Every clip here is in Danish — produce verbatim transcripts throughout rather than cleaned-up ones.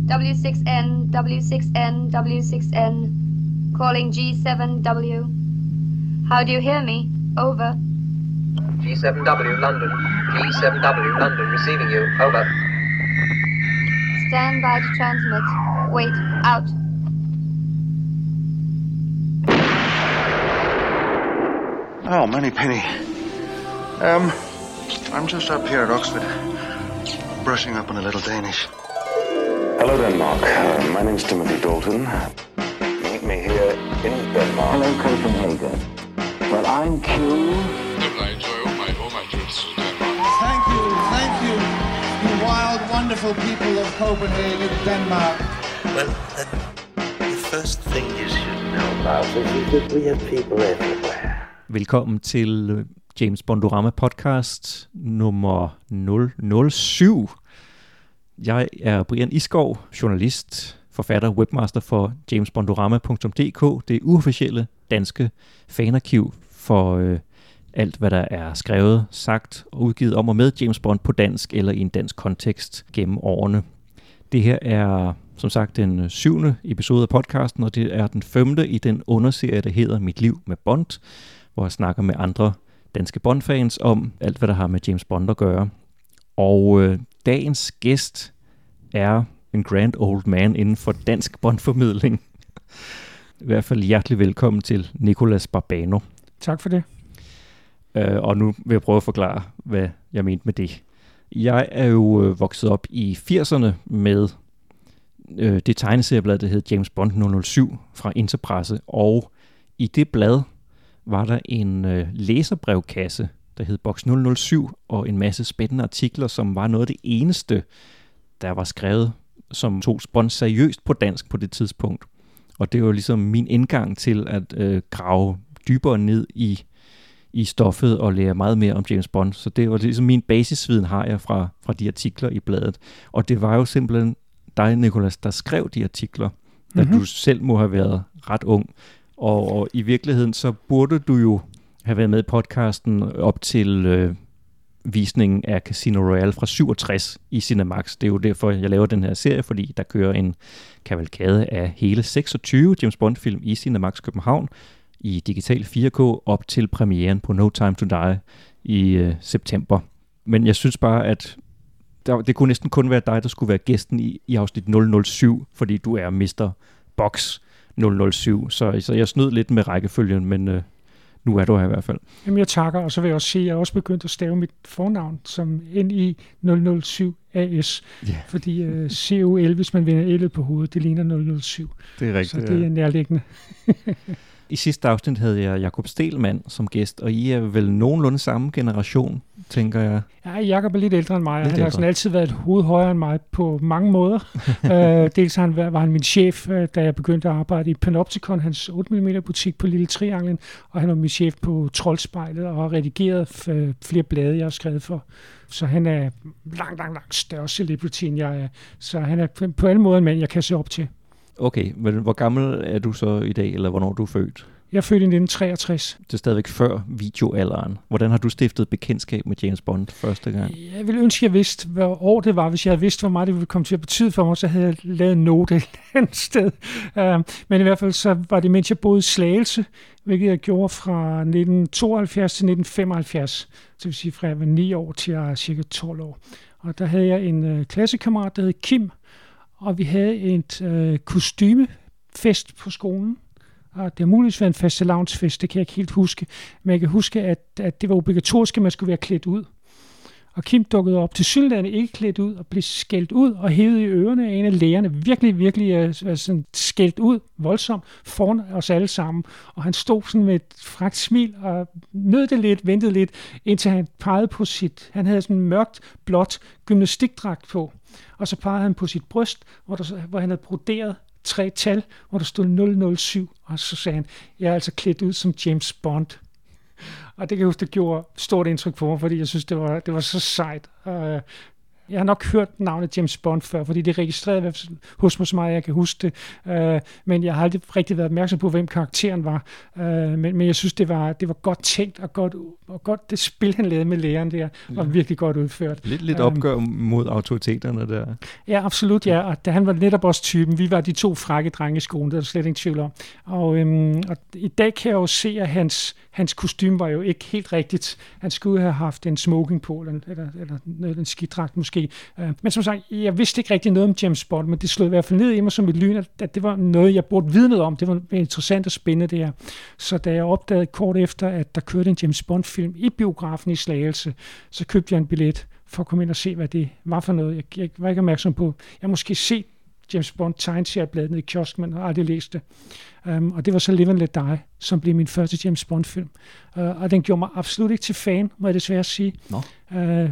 W six N, W six N, W six N. Calling G seven W. How do you hear me? Over. G seven W, London. G seven W, London, receiving you. Over. Stand by to transmit. Wait, out. Oh, Manny Penny. Um, I'm just up here at Oxford, brushing up on a little Danish. Hello, Denmark. Uh, my name's Timothy Dalton. Meet me here in Denmark. Hello, Copenhagen. Well, I'm Q. Thank you, thank you, you wild, wonderful people of Copenhagen, Denmark. Well, the, the first thing you should know about is that we have people everywhere. Velkommen til James Bondorama podcast nummer nul nul syv. Jeg er Brian Iskov, journalist, forfatter, webmaster for james bondorama punktum d k, det uofficielle danske fanarkiv for øh, alt, hvad der er skrevet, sagt og udgivet om og med James Bond på dansk eller i en dansk kontekst gennem årene. Det her er som sagt den syvende episode af podcasten, og det er den femte i den underserie, der hedder Mit liv med Bond, hvor jeg snakker med andre danske Bond-fans om alt, hvad der har med James Bond at gøre. Og øh, dagens gæst er en grand old man inden for dansk Bond-formidling. I hvert fald hjertelig velkommen til Nicolas Barbano. Tak for det. Øh, og nu vil jeg prøve at forklare, hvad jeg mente med det. Jeg er jo øh, vokset op i firserne med øh, det tegneserieblad, der hed James Bond nul nul syv fra Interpresse, og i det blad var der en øh, læserbrevkasse, der hed Box nul nul syv, og en masse spændende artikler, som var noget af det eneste, der var skrevet, som tog Bond seriøst på dansk på det tidspunkt. Og det var ligesom min indgang til at øh, grave dybere ned i, i stoffet og lære meget mere om James Bond. Så det var ligesom min basisviden har jeg fra, fra de artikler i bladet. Og det var jo simpelthen dig, Nicolas, der skrev de artikler, da mm-hmm. du selv må have været ret ung. Og, og i virkeligheden, så burde du jo have været med i podcasten op til øh, visningen af Casino Royale fra syvogtres i Cinemax. Det er jo derfor, jeg laver den her serie, fordi der kører en kavalkade af hele seksogtyve James Bond-film i Cinemax København i digital fire K op til premieren på No Time to Die i øh, september. Men jeg synes bare, at der, det kunne næsten kun være dig, der skulle være gæsten i, i afsnit nul nul syv, fordi du er mister Box nul nul syv, så, så jeg snød lidt med rækkefølgen, men øh, nu er du her i hvert fald. Jamen jeg takker, og så vil jeg også sige, at jeg er også begyndt at stave mit fornavn som N I nul nul syv A S, yeah. fordi øh, C O L, hvis man vender L'et på hovedet, det ligner nul nul syv. Det er rigtigt. Så det er nærliggende. I sidste afsnit havde jeg Jakob Stelmann som gæst, og I er vel nogenlunde samme generation, tænker jeg. Ja, Jakob er lidt ældre end mig, og han har sådan altid været et hoved højere end mig på mange måder. uh, dels han, var han min chef, uh, da jeg begyndte at arbejde i Panopticon, hans otte millimeter butik på Lille Trianglen, og han var min chef på Troldspejlet og har redigeret f- flere blade, jeg har skrevet for. Så han er langt, langt, langt større celebrity, end jeg er. Så han er på alle måder en mand, jeg kan se op til. Okay, men hvor gammel er du så i dag, eller hvornår er du født? Jeg er født i nitten treogtres. Det er stadigvæk før videoalderen. Hvordan har du stiftet bekendtskab med James Bond første gang? Jeg ville ønske, at jeg vidste, hvad år det var. Hvis jeg havde vidst, hvor meget det ville komme til at betyde for mig, så havde jeg lavet en note et andet sted. Uh, men i hvert fald så var det, mens jeg boede i Slagelse, hvilket jeg gjorde fra nitten tooghalvfjerds til nitten femoghalvfjerds. Så vil sige, fra jeg var ni år til jeg er cirka tolv år. Og der havde jeg en uh, klassekammerat, der hed Kim, og vi havde et øh, kostymefest på skolen. Og det har muligvis været en fastelavnsfest, det kan jeg ikke helt huske. Men jeg kan huske, at, at det var obligatorisk, at man skulle være klædt ud. Og Kim dukkede op til synligheden ikke klædt ud, og blev skældt ud og hævet i ørerne af en af lærerne. Virkelig, virkelig øh, sådan skældt ud voldsomt foran os alle sammen. Og han stod sådan med et frakt smil og nød det lidt, ventede lidt, indtil han pegede på sit... Han havde sådan en mørkt, blåt gymnastikdragt på. Og så pegede han på sit bryst, hvor, der, hvor han havde broderet tre tal, hvor der stod nul nul syv. Og så sagde han, jeg er altså klædt ud som James Bond. Og det kan jeg huske, det gjorde stort indtryk på mig, fordi jeg synes, det var, det var så sejt. Og, jeg har nok hørt navnet James Bond før, fordi det er registreret hos mig så meget, jeg kan huske det. Uh, men jeg har aldrig rigtig været opmærksom på, hvem karakteren var. Uh, men, men jeg synes, det var, det var godt tænkt og godt, og godt det spil, han lavede med læreren der, var ja. virkelig godt udført. Lidt, lidt opgør um, mod autoriteterne der. Ja, absolut, ja. Og da han var netop også typen. Vi var de to frække drenge i skolen, der er slet ingen tvivl om. Og, um, og i dag kan jeg jo se, at hans, hans kostume var jo ikke helt rigtigt. Han skulle have haft en smoking på, eller, eller, eller noget, en skiddragt måske. Uh, men som sagt, jeg vidste ikke rigtig noget om James Bond, men det slog i hvert fald ned i mig som et lyn, at, at det var noget, jeg burde vide noget om. Det var interessant og spændende, det her. Så da jeg opdagede kort efter, at der kørte en James Bond-film i biografen i Slagelse, så købte jeg en billet for at komme ind og se, hvad det var for noget. Jeg, jeg var ikke opmærksom på. Jeg har måske set James Bond tegneseriebladet nede i kiosken, men har aldrig læst det. Um, og det var så Live and Let Die, som blev min første James Bond-film. Uh, og den gjorde mig absolut ikke til fan, må jeg desværre sige. No. Uh,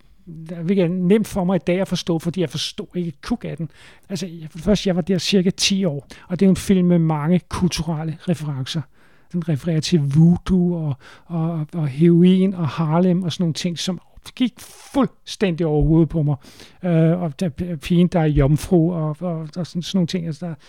det er nemt for mig i dag at forstå, fordi jeg forstod ikke et kuk af den. Altså, for først, jeg var der cirka ti år, og det er en film med mange kulturelle referencer. Den refererer til voodoo og, og, og heroin og Harlem og sådan nogle ting, som gik fuldstændig over hovedet på mig. Uh, og der er pigen, der er jomfru og, og, og sådan, sådan nogle ting. Altså, der,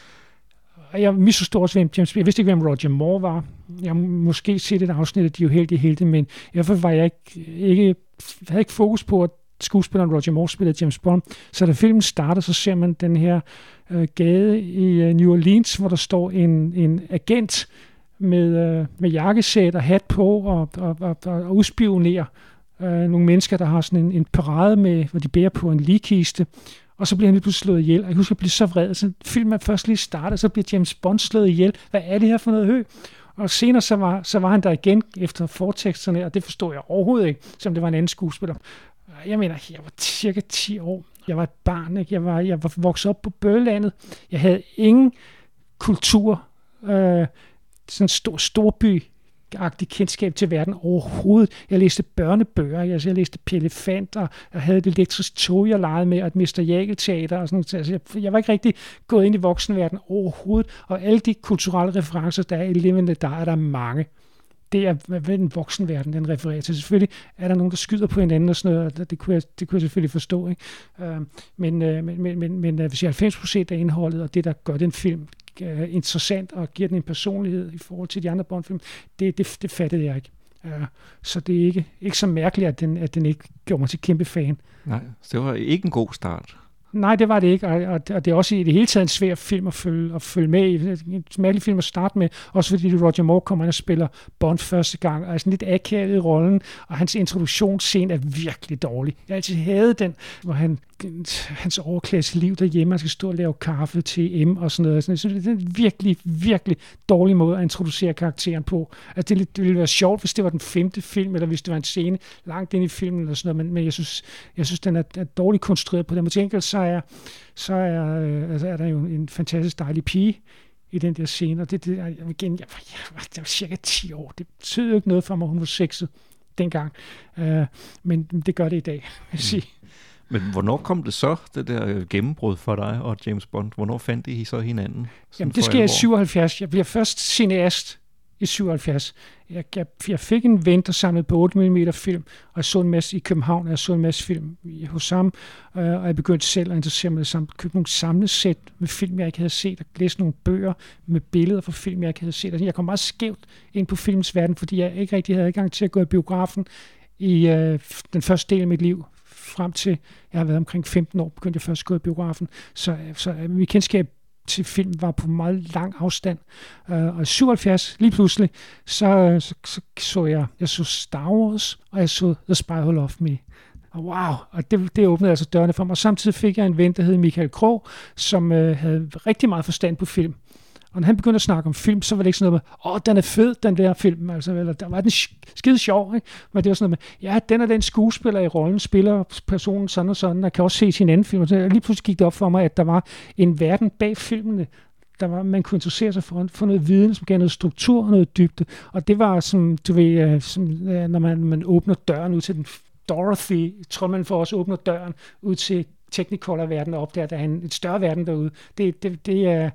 og jeg misforstod også, hvem James, jeg vidste ikke, hvem Roger Moore var. Jeg måske set et afsnit af De Uheldige Helte, men i hvert fald var jeg ikke, ikke, havde ikke fokus på, at skuespilleren Roger Moore spillede James Bond. Så da filmen starter, så ser man den her uh, gade i uh, New Orleans, hvor der står en, en agent med, uh, med jakkesæt og hat på og, og, og, og udspionerer uh, nogle mennesker, der har sådan en, en parade med, hvor de bærer på en ligkiste. Og så bliver han lige pludselig slået ihjel. Og jeg husker, at jeg blev så vred. Så filmen er først lige startet, så bliver James Bond slået ihjel. Hvad er det her for noget hø? Og senere så var, så var han der igen efter forteksterne, og det forstod jeg overhovedet ikke, som det var en anden skuespiller. Jeg mener, jeg var cirka ti år. Jeg var et barn, ikke? Jeg var, jeg var vokset op på Bøgelandet. Jeg havde ingen kultur, øh, sådan stor storby agtig kendskab til verden overhovedet. Jeg læste børnebøger, jeg, jeg læste Pelefanter, jeg havde et elektrisk tog, jeg legede med, og et mister Jagel-teater og sådan noget. Altså, jeg, jeg var ikke rigtig gået ind i voksenverdenen overhovedet, og alle de kulturelle referencer, der er i Live and Let Die, er der mange. Det er, hvad den voksenverden, den refererer til. Selvfølgelig er der nogen, der skyder på hinanden og sådan noget, og det kunne jeg, det kunne jeg selvfølgelig forstå. Ikke? Uh, men, uh, men, men, men, men uh, hvis jeg halvfems procent af indholdet, og det, der gør den film uh, interessant og giver den en personlighed i forhold til de andre Bond-film, det, det, det fattede jeg ikke. Uh, så det er ikke, ikke så mærkeligt, at den, at den ikke gjorde mig til kæmpe fan. Nej, så det var ikke en god start. Nej, det var det ikke, og, og det er også i det hele taget en svær film at følge, at følge med i. En smertelig film at starte med, også fordi Roger Moore kommer ind og spiller Bond første gang, og er sådan lidt akavet i rollen, og hans introduktionsscene er virkelig dårlig. Jeg altid havde den, hvor han, hans overklasse liv derhjemme, han skal stå og lave kaffe til M og sådan noget. Så det er en virkelig, virkelig dårlig måde at introducere karakteren på. Altså, det, det ville være sjovt, hvis det var den femte film, eller hvis det var en scene langt ind i filmen, eller sådan noget, men, men jeg synes, jeg synes den er, er dårligt konstrueret på den. Men til enkelt, så er, så er, øh, altså er der jo en fantastisk dejlig pige i den der scene, og det, det jeg, igen, jeg, jeg, jeg var cirka ti år. Det betød jo ikke noget for mig, hun var sexet dengang, uh, men det gør det i dag, vil jeg sige. Men hvornår kom det så, det der gennembrud for dig og James Bond? Hvornår fandt I så hinanden? Jamen, det sker i syvoghalvfjerds. Jeg bliver først cineast i syvoghalvfjerds. Jeg, jeg, jeg fik en ven, der samlede på otte millimeter film, og jeg så en masse i København, og jeg så en masse film hos ham, øh, og jeg begyndte selv at interessere mig samt købe nogle samlesæt med film, jeg ikke havde set, og læse nogle bøger med billeder fra film, jeg ikke havde set. Jeg kom meget skævt ind på filmens verden, fordi jeg ikke rigtig havde adgang til at gå i biografen i øh, den første del af mit liv. Frem til, jeg har været omkring femten år, begyndte jeg først at gå i biografen. Så, så mit kendskab til film var på meget lang afstand. Uh, og i syvoghalvfjerds, lige pludselig, så, så, så så jeg, jeg så Star Wars, og jeg så The Spy Who Loved Me. Og wow, og det, det åbnede altså dørene for mig. Og samtidig fik jeg en ven, der hed Michael Krog, som uh, havde rigtig meget forstand på film. Og når han begyndte at snakke om film, så var det ikke sådan noget med, åh, oh, den er fed, den der film, altså, eller der var den skide sjov, ikke? Men det var sådan noget med, ja, den er den skuespiller i rollen, spiller personen sådan og sådan, og kan også se sin anden film. Og så lige pludselig gik det op for mig, at der var en verden bag filmene, der var, man kunne interessere sig for, for noget viden, som gav noget struktur og noget dybde. Og det var, som du ved, som, når man, man åbner døren ud til den Dorothy, tror man for også åbner døren ud til Technicolor-verdenen og opdager, at der er en, en større verden derude. Det, det, det er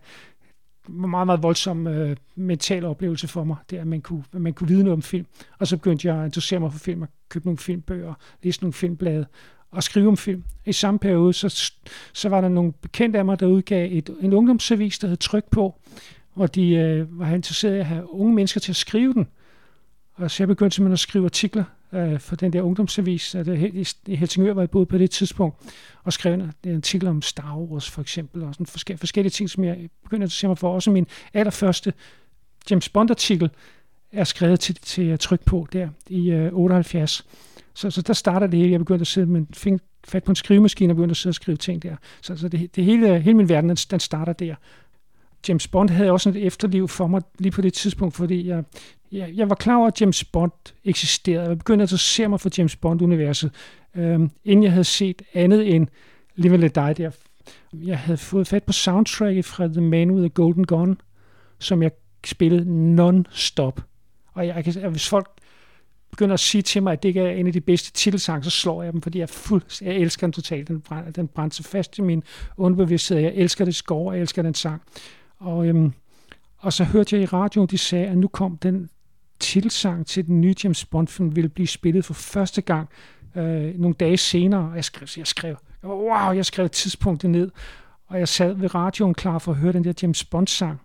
meget, meget voldsom øh, mental oplevelse for mig, det at man kunne, at man kunne vide noget om film. Og så begyndte jeg at interessere mig for film og købe nogle filmbøger, læse nogle filmblade. at skrive om film. I samme periode, så, så var der nogle bekendte af mig, der udgav et, en ungdomsavis, der hed Tryk på, hvor de øh, var interesseret i at have unge mennesker til at skrive den. Og så jeg begyndte simpelthen at skrive artikler øh, for den der ungdomsavis. I, I Helsingør var jeg boet på det tidspunkt, og skrev en, en artikel om Star Wars for eksempel, og sådan forskellige, forskellige ting, som jeg begyndte at interessere mig for. Også min allerførste James Bond-artikel er skrevet til, til Tryk på der i øh, otteoghalvfjerds. Så, så der starter det hele. Jeg begyndte at sidde med en fat på en skrivemaskine og begyndte at sidde og skrive ting der. Så, så det, det hele, hele min verden, den, den starter der. James Bond havde også et efterliv for mig lige på det tidspunkt, fordi jeg, jeg, jeg var klar over, at James Bond eksisterede. Jeg begyndte at interessere mig for James Bond-universet, øhm, inden jeg havde set andet end Live and Let Die der. Jeg havde fået fat på soundtracket fra The Man with a Golden Gun, som jeg spillede non-stop. Og jeg, jeg, hvis folk begynder at sige til mig, at det ikke er en af de bedste titelsange, så slår jeg dem, fordi jeg, fuld, jeg elsker den totalt. Den, brænd, den brændte så fast i min underbevidsthed. Jeg elsker det score, jeg elsker den sang. Og, øhm, og så hørte jeg i radioen, de sagde, at nu kom den titelsang til den nye James Bond-film, ville blive spillet for første gang øh, nogle dage senere. Og jeg skrev, jeg skrev, wow, jeg skrev tidspunktet ned, og jeg sad ved radioen klar for at høre den der James Bond-sang,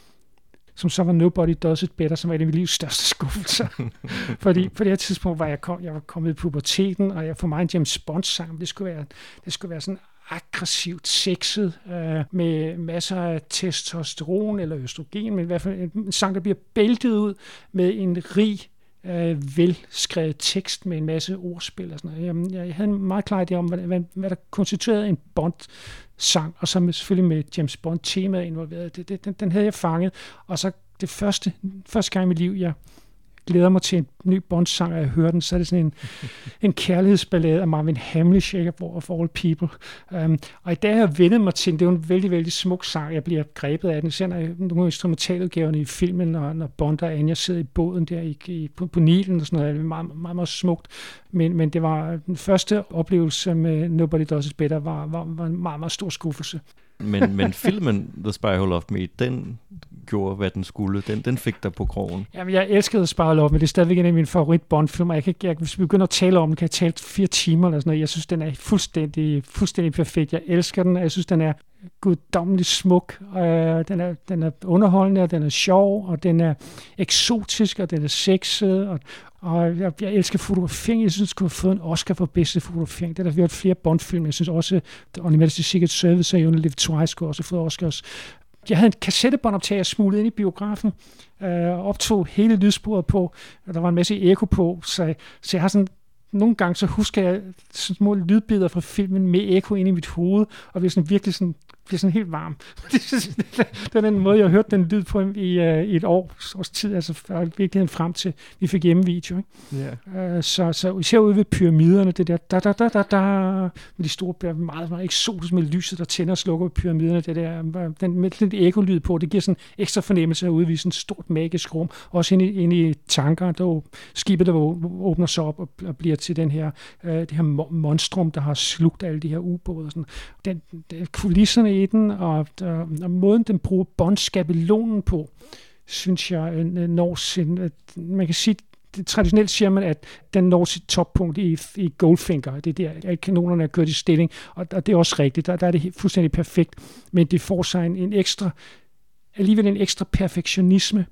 som så var Nobody Does It Better, som var en af mit livs største skuffelser. Fordi på det her tidspunkt var jeg, kom, jeg var kommet i puberteten, og jeg, for mig en James Bond-sang, det skulle være, det skulle være sådan aggressivt sexet, øh, med masser af testosteron eller østrogen, men i hvert fald en sang, der bliver bæltet ud med en rig, øh, velskrevet tekst med en masse ordspil og sådan noget. Jeg, jeg havde en meget klar idé om, hvad, hvad, hvad der konstituerede en Bond-sang, og så med, selvfølgelig med James Bond-temaet involveret. Det, det, den, den havde jeg fanget, og så det første, første gang i mit liv, jeg glæder mig til en ny Bond-sang, og jeg hører den, så er det sådan en, en kærlighedsballade af Marvin Hamlish, ikke, of all people. Um, og i dag har jeg vendet mig til den. Det er jo en vældig, vældig smuk sang. Jeg bliver grebet af den. Ser nogle af instrumentaludgaverne i filmen, når, når Bond og Anya sidder i båden der i, i, på, på Nilen og sådan noget. Det er meget, meget, meget smukt. Men, men det var den første oplevelse med Nobody Does It Better, var, var, var en meget, meget stor skuffelse. men, men filmen The Spy Who Loved Me, den gjorde, hvad den skulle. Den, den fik dig på krogen. Jamen, jeg elskede The Spy Who Loved Me. Det er stadigvæk en af mine favorit Bond-film, og jeg kan, jeg, hvis vi begynder at tale om den, kan jeg tale fire timer eller sådan noget. Jeg synes, den er fuldstændig, fuldstændig perfekt. Jeg elsker den, og jeg synes, den er guddommeligt smuk. Og den, er, den er underholdende, og den er sjov, og den er eksotisk, og den er sexet, og, og jeg, jeg elsker fotografering. Jeg synes, den skulle have fået en Oscar for bedste fotografering. Det har der været flere Bond-film. Jeg synes også, at On Her Secret Service og You Only Live Twice skulle også have fået Oscars. Jeg havde en kassettebåndoptager smuglet ind i biografen, øh, og optog hele lydsporet på, og der var en masse ekko på, så, så jeg har sådan, nogle gange så husker jeg sådan små lydbilleder fra filmen med ekko ind i mit hoved, og bliver sådan virkelig sådan, bliver sådan helt varm. Det er den måde, jeg har hørt den lyd på i, uh, i et år, års tid, altså virkelig frem til, vi fik hjemmevideo. Ikke? Yeah. Uh, så, så især ude ved pyramiderne, det der da da da da da, med de store, meget, meget eksotisk med lyset, der tænder og slukker på pyramiderne, det der, den med lidt ekkolyd på, det giver sådan ekstra fornemmelse af at udvise en stort magisk rum, også inde i, inde i tanker, der skibet, der åbner sig op og, og bliver til den her, uh, det her monstrum, der har slugt alle de her ubåde og sådan. Den, den kulisserne i den, og, og, og måden, den bruger Bond-skabelonen på, synes jeg, når sin, man kan sige, det, traditionelt siger man, at den når sit toppunkt i, i Goldfinger. Det er der, alle kanonerne er kørt i stilling, og, og det er også rigtigt. Der, der er det fuldstændig perfekt, men det får sig en, en ekstra, alligevel en ekstra perfektionisme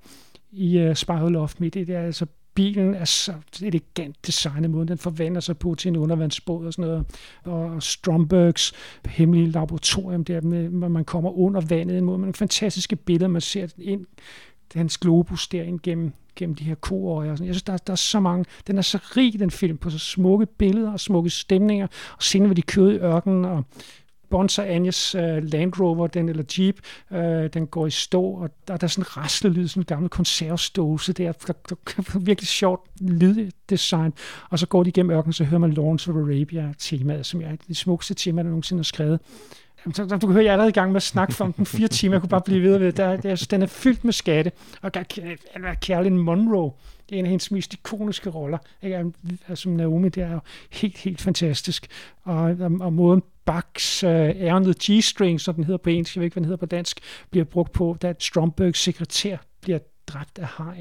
i uh, Spy Who Loved Me. Det er altså bilen er så elegant designet måden, den forvandler sig på til en undervandsbåd og sådan noget. Og Strombergs hemmelige laboratorium der, med, hvor man kommer under vandet, en måde med nogle fantastiske billeder, man ser ind, hans globus derinde gennem, gennem de her koøjer. Jeg synes, der, der er så mange, den er så rig, den film, på så smukke billeder og smukke stemninger, og scener, hvor de kører i ørkenen, og Bonds og Anjas uh, Land Rover, den eller Jeep, uh, den går i stå, og der, der er sådan en raslelyd, sådan en gammel konservsdåse der, der, der, der virkelig sjovt lyddesign, og så går de igennem ørkenen, så hører man Lawrence of Arabia-temaet, som er det smukkeste tema, der nogensinde har skrevet. Så, du kan høre, jeg er allerede i gang med at snakke for den fire timer, jeg kunne bare blive ved ved. Der, der, den er fyldt med skatte, og Caroline Munro, det er en af hendes mest ikoniske roller, ikke? Altså Naomi, det er jo helt, helt fantastisk, og, og, og måden Bachs uh, Air on the G-string, som den hedder på engelsk, jeg ved ikke, hvad den hedder på dansk, bliver brugt på, da Strombergs sekretær bliver dræbt af hajen.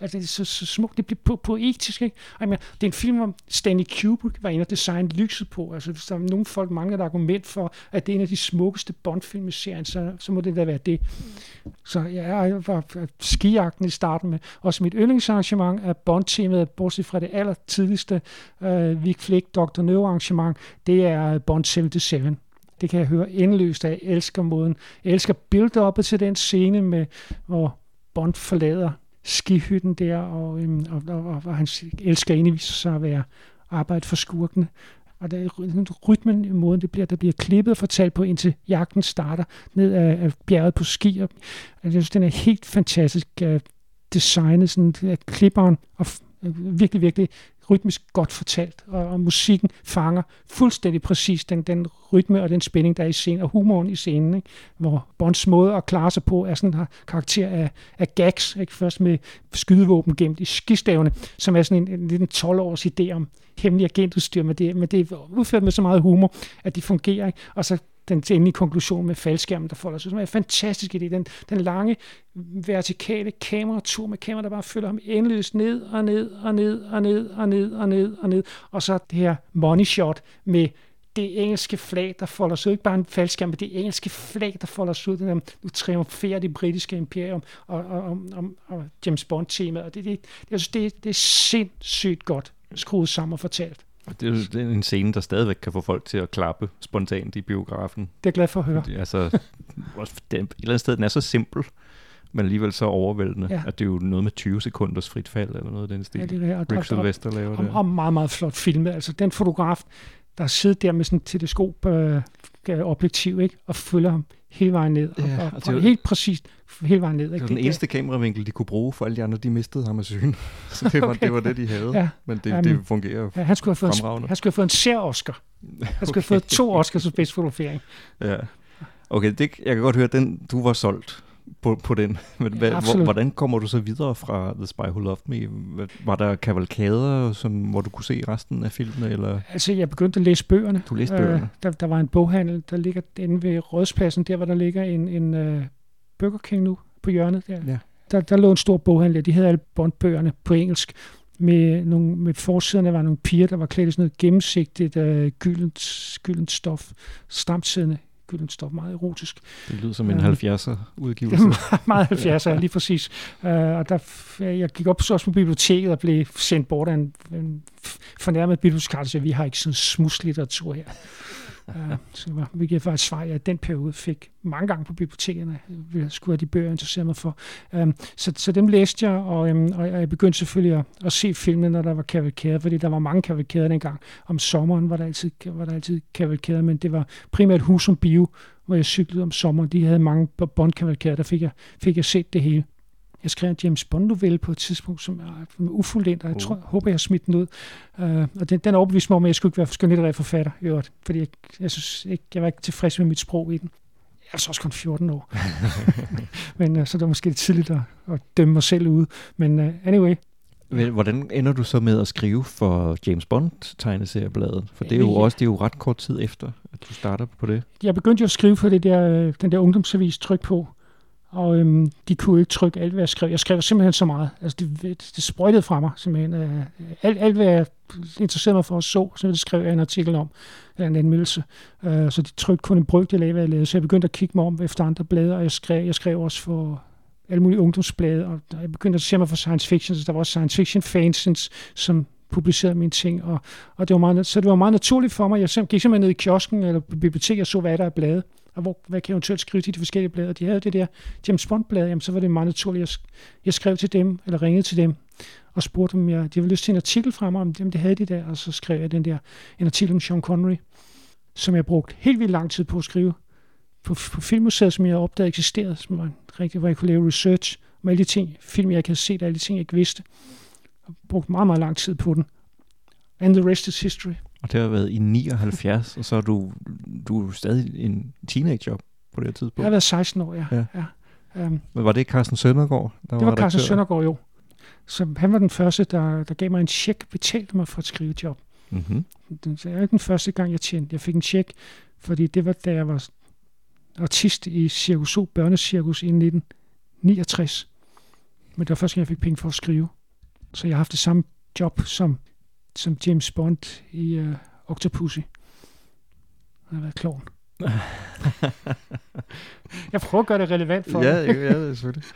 Altså, det er så, så smukt, det bliver poetisk, ikke? Jeg mener, det er en film, om Stanley Kubrick var inde og designe lyset på. Altså, hvis der er nogle folk mangler et argument for, at det er en af de smukkeste Bond-film i serien, så, så må det da være det. Så ja, jeg var skijagten i starten med. Også mit yndlingsarrangement er Bond-temaet, bortset fra det aller tidligste uh, Vic Flick doktor No arrangement, det er Bond syvoghalvtreds. Det kan jeg høre endeløst, at jeg elsker måden. Jeg elsker build-up'et til den scene, med, hvor Bond forlader skihytten der, og, øhm, og, og, og, og hans elskerinde viser sig at være arbejde for skurkene. Og der er rytmen i måden, det bliver, der bliver klippet og fortalt på, indtil jagten starter ned af, af bjerget på ski. Og jeg synes, den er helt fantastisk uh, designet, sådan uh, klipperen, og uh, virkelig, virkelig rytmisk godt fortalt, og, og musikken fanger fuldstændig præcis den, den rytme og den spænding, der er i scenen, og humoren i scenen, ikke? Hvor Bonds måde at klare sig på er sådan en karakter af, af gags, ikke? Først med skydevåben gemt i skistavene, som er sådan en, en lille tolv-års idé om hemmelig agentudstyr, men det, men det er udført med så meget humor, at de fungerer, ikke? Og så den endelige konklusion med faldskærmen, der folder sig, som er en fantastisk idé. Den, den lange, vertikale kameratur med kamera, der bare følger ham endeløst ned og ned og ned og ned og ned og ned og ned. Og så det her money shot med det engelske flag, der folder sig ud. Ikke bare en faldskærm, men det engelske flag, der folder sig ud. Den der, nu triumferer det britiske imperium og, og, og, og, og James Bond-temaet. Og det, det, det, det, det er sindssygt godt skruet sammen og fortalt. Det er, det er en scene, der stadigvæk kan få folk til at klappe spontant i biografen. Det er jeg glad for at høre. Fordi, altså, det, et eller andet sted, den er så simpel, men alligevel så overvældende, ja. At det er jo noget med tyve sekunders frit fald, eller noget af den stil. Ja, det er det. Rick Sylvester laver det. Og meget, meget flot filmet. Altså, den fotograf, der sidder der med sådan et teleskop øh, objektiv, ikke? Og følger ham hele vejen ned. Ja, og, og, og helt præcist hele vejen ned. Ikke? Det var den det, eneste kameravinkel, de kunne bruge, for alle de andre, de mistede ham af syne. Så det var, okay. det var det, de havde. Ja. Men det, um, det fungerer ja, han skulle have fået en, han skulle have fået en sær-Oscar. Han okay. skulle have fået to Oscars som bedste fotografering. Ja. Okay, det, jeg kan godt høre, den du var solgt på, på den. Men hvad, ja, hvor, hvordan kommer du så videre fra The Spy Who Loved Me? Var der kavalkader, som, hvor du kunne se resten af filmene? Eller? Altså, jeg begyndte at læse bøgerne. Du læste bøgerne? Uh, der, der var en boghandel, der ligger inde ved Rådspladsen, der hvor der ligger en, en uh, Burger King nu på hjørnet. Der. Ja. Der, der lå en stor boghandel, de havde alle Bond-bøgerne på engelsk. Med, nogle, med forsiderne var nogle piger, der var klædt i sådan noget gennemsigtigt uh, gyldent, gyldent stof, stramtsiddende gyldent stof, meget erotisk. Det lyder som en uh, halvfjerdser udgivelse. meget, meget halvfjerdser, lige præcis. Uh, og der, jeg gik op så også på biblioteket og blev sendt bort af en, en fornærmet bibliotekar, så vi har ikke sådan smudslitteratur her. Uh, så var, vi giver faktisk svar, jeg i den periode fik mange gange på bibliotekerne, jeg skulle have de bøger, jeg interesserede mig for. Um, så, så dem læste jeg, og, um, og jeg begyndte selvfølgelig at, at se filmene, når der var kavalkader, fordi der var mange kavalkader dengang. Om sommeren var der altid, var der altid kavalkader, men det var primært Husum Bio, hvor jeg cyklede om sommeren. De havde mange Bond-kavalkader, der fik jeg, fik jeg set det hele. Jeg skrev en James Bond-novelle på et tidspunkt, som er ufuldendt, og jeg tror, jeg håber, jeg har smidt den ud. Uh, og den, den overbeviste mig om, at jeg skulle ikke være skønlitterær forfatter, i øvrigt, fordi jeg, jeg, synes ikke, jeg var ikke tilfreds med mit sprog i den. Jeg er så også kun fjorten år. Men uh, så det var måske lidt tidligt at, at dømme mig selv ude. Men uh, anyway. Hvordan ender du så med at skrive for James Bond-tegneseriebladet? For det er jo ja. også det er jo ret kort tid efter, at du starter på det. Jeg begyndte jo at skrive for det der, den der ungdomsavis Tryk på. Og øhm, de kunne ikke trykke alt, hvad jeg skrev. Jeg skrev simpelthen så meget. Altså, det, det, det sprøjtede fra mig, simpelthen. Øh, alt, alt, hvad jeg interesserede mig for at så, så skrev jeg en artikel om, eller en anmeldelse. Øh, så de trykte kun en brøkdel af, hvad jeg lavede. Så jeg begyndte at kigge mig om efter andre blade, og jeg skrev, jeg skrev også for alle mulige ungdomsblade, og jeg begyndte at se mig for science fiction, så der var også science fiction fans, som publicerede mine ting, og, og det var meget, så det var meget naturligt for mig. Jeg gik simpelthen ned i kiosken eller biblioteket og så, hvad der er blade, og hvor, hvad kan jeg eventuelt skrive til de forskellige blade, og de havde det der James Bond-blade, jamen så var det meget naturligt, jeg, jeg skrev til dem, eller ringede til dem, og spurgte dem, jeg, de havde lyst til en artikel fra mig, om dem, det havde de der, og så skrev jeg den der, en artikel om Sean Connery, som jeg brugte helt vildt lang tid på at skrive, på, på Filmmuseet, som jeg opdagede eksisterede, som var rigtig, hvor jeg kunne lave research om alle de ting, film jeg ikke havde set, alle de ting, jeg ikke vidste, og brugte meget, meget lang tid på den. And the rest is history. Og det har været i nioghalvfjerds, og så er du, du er stadig en teenager på det her tidspunkt. Jeg har været seksten år, ja. ja. ja. Um, Men var det Carsten Søndergaard? Der det var, var Carsten Søndergaard, jo. Så han var den første, der, der gav mig en check, betalte mig for et skrivejob. Mm-hmm. Det er ikke den første gang, jeg tjente. Jeg fik en check, fordi det var, da jeg var artist i Cirkus O, børnecirkus i nitten niogtres. Men det var første gang, jeg fik penge for at skrive. Så jeg har haft det samme job som, som James Bond i uh, Octopussy. Jeg har været klovn. Jeg prøver at gøre det relevant for ja, dig. ja, det er selvfølgelig.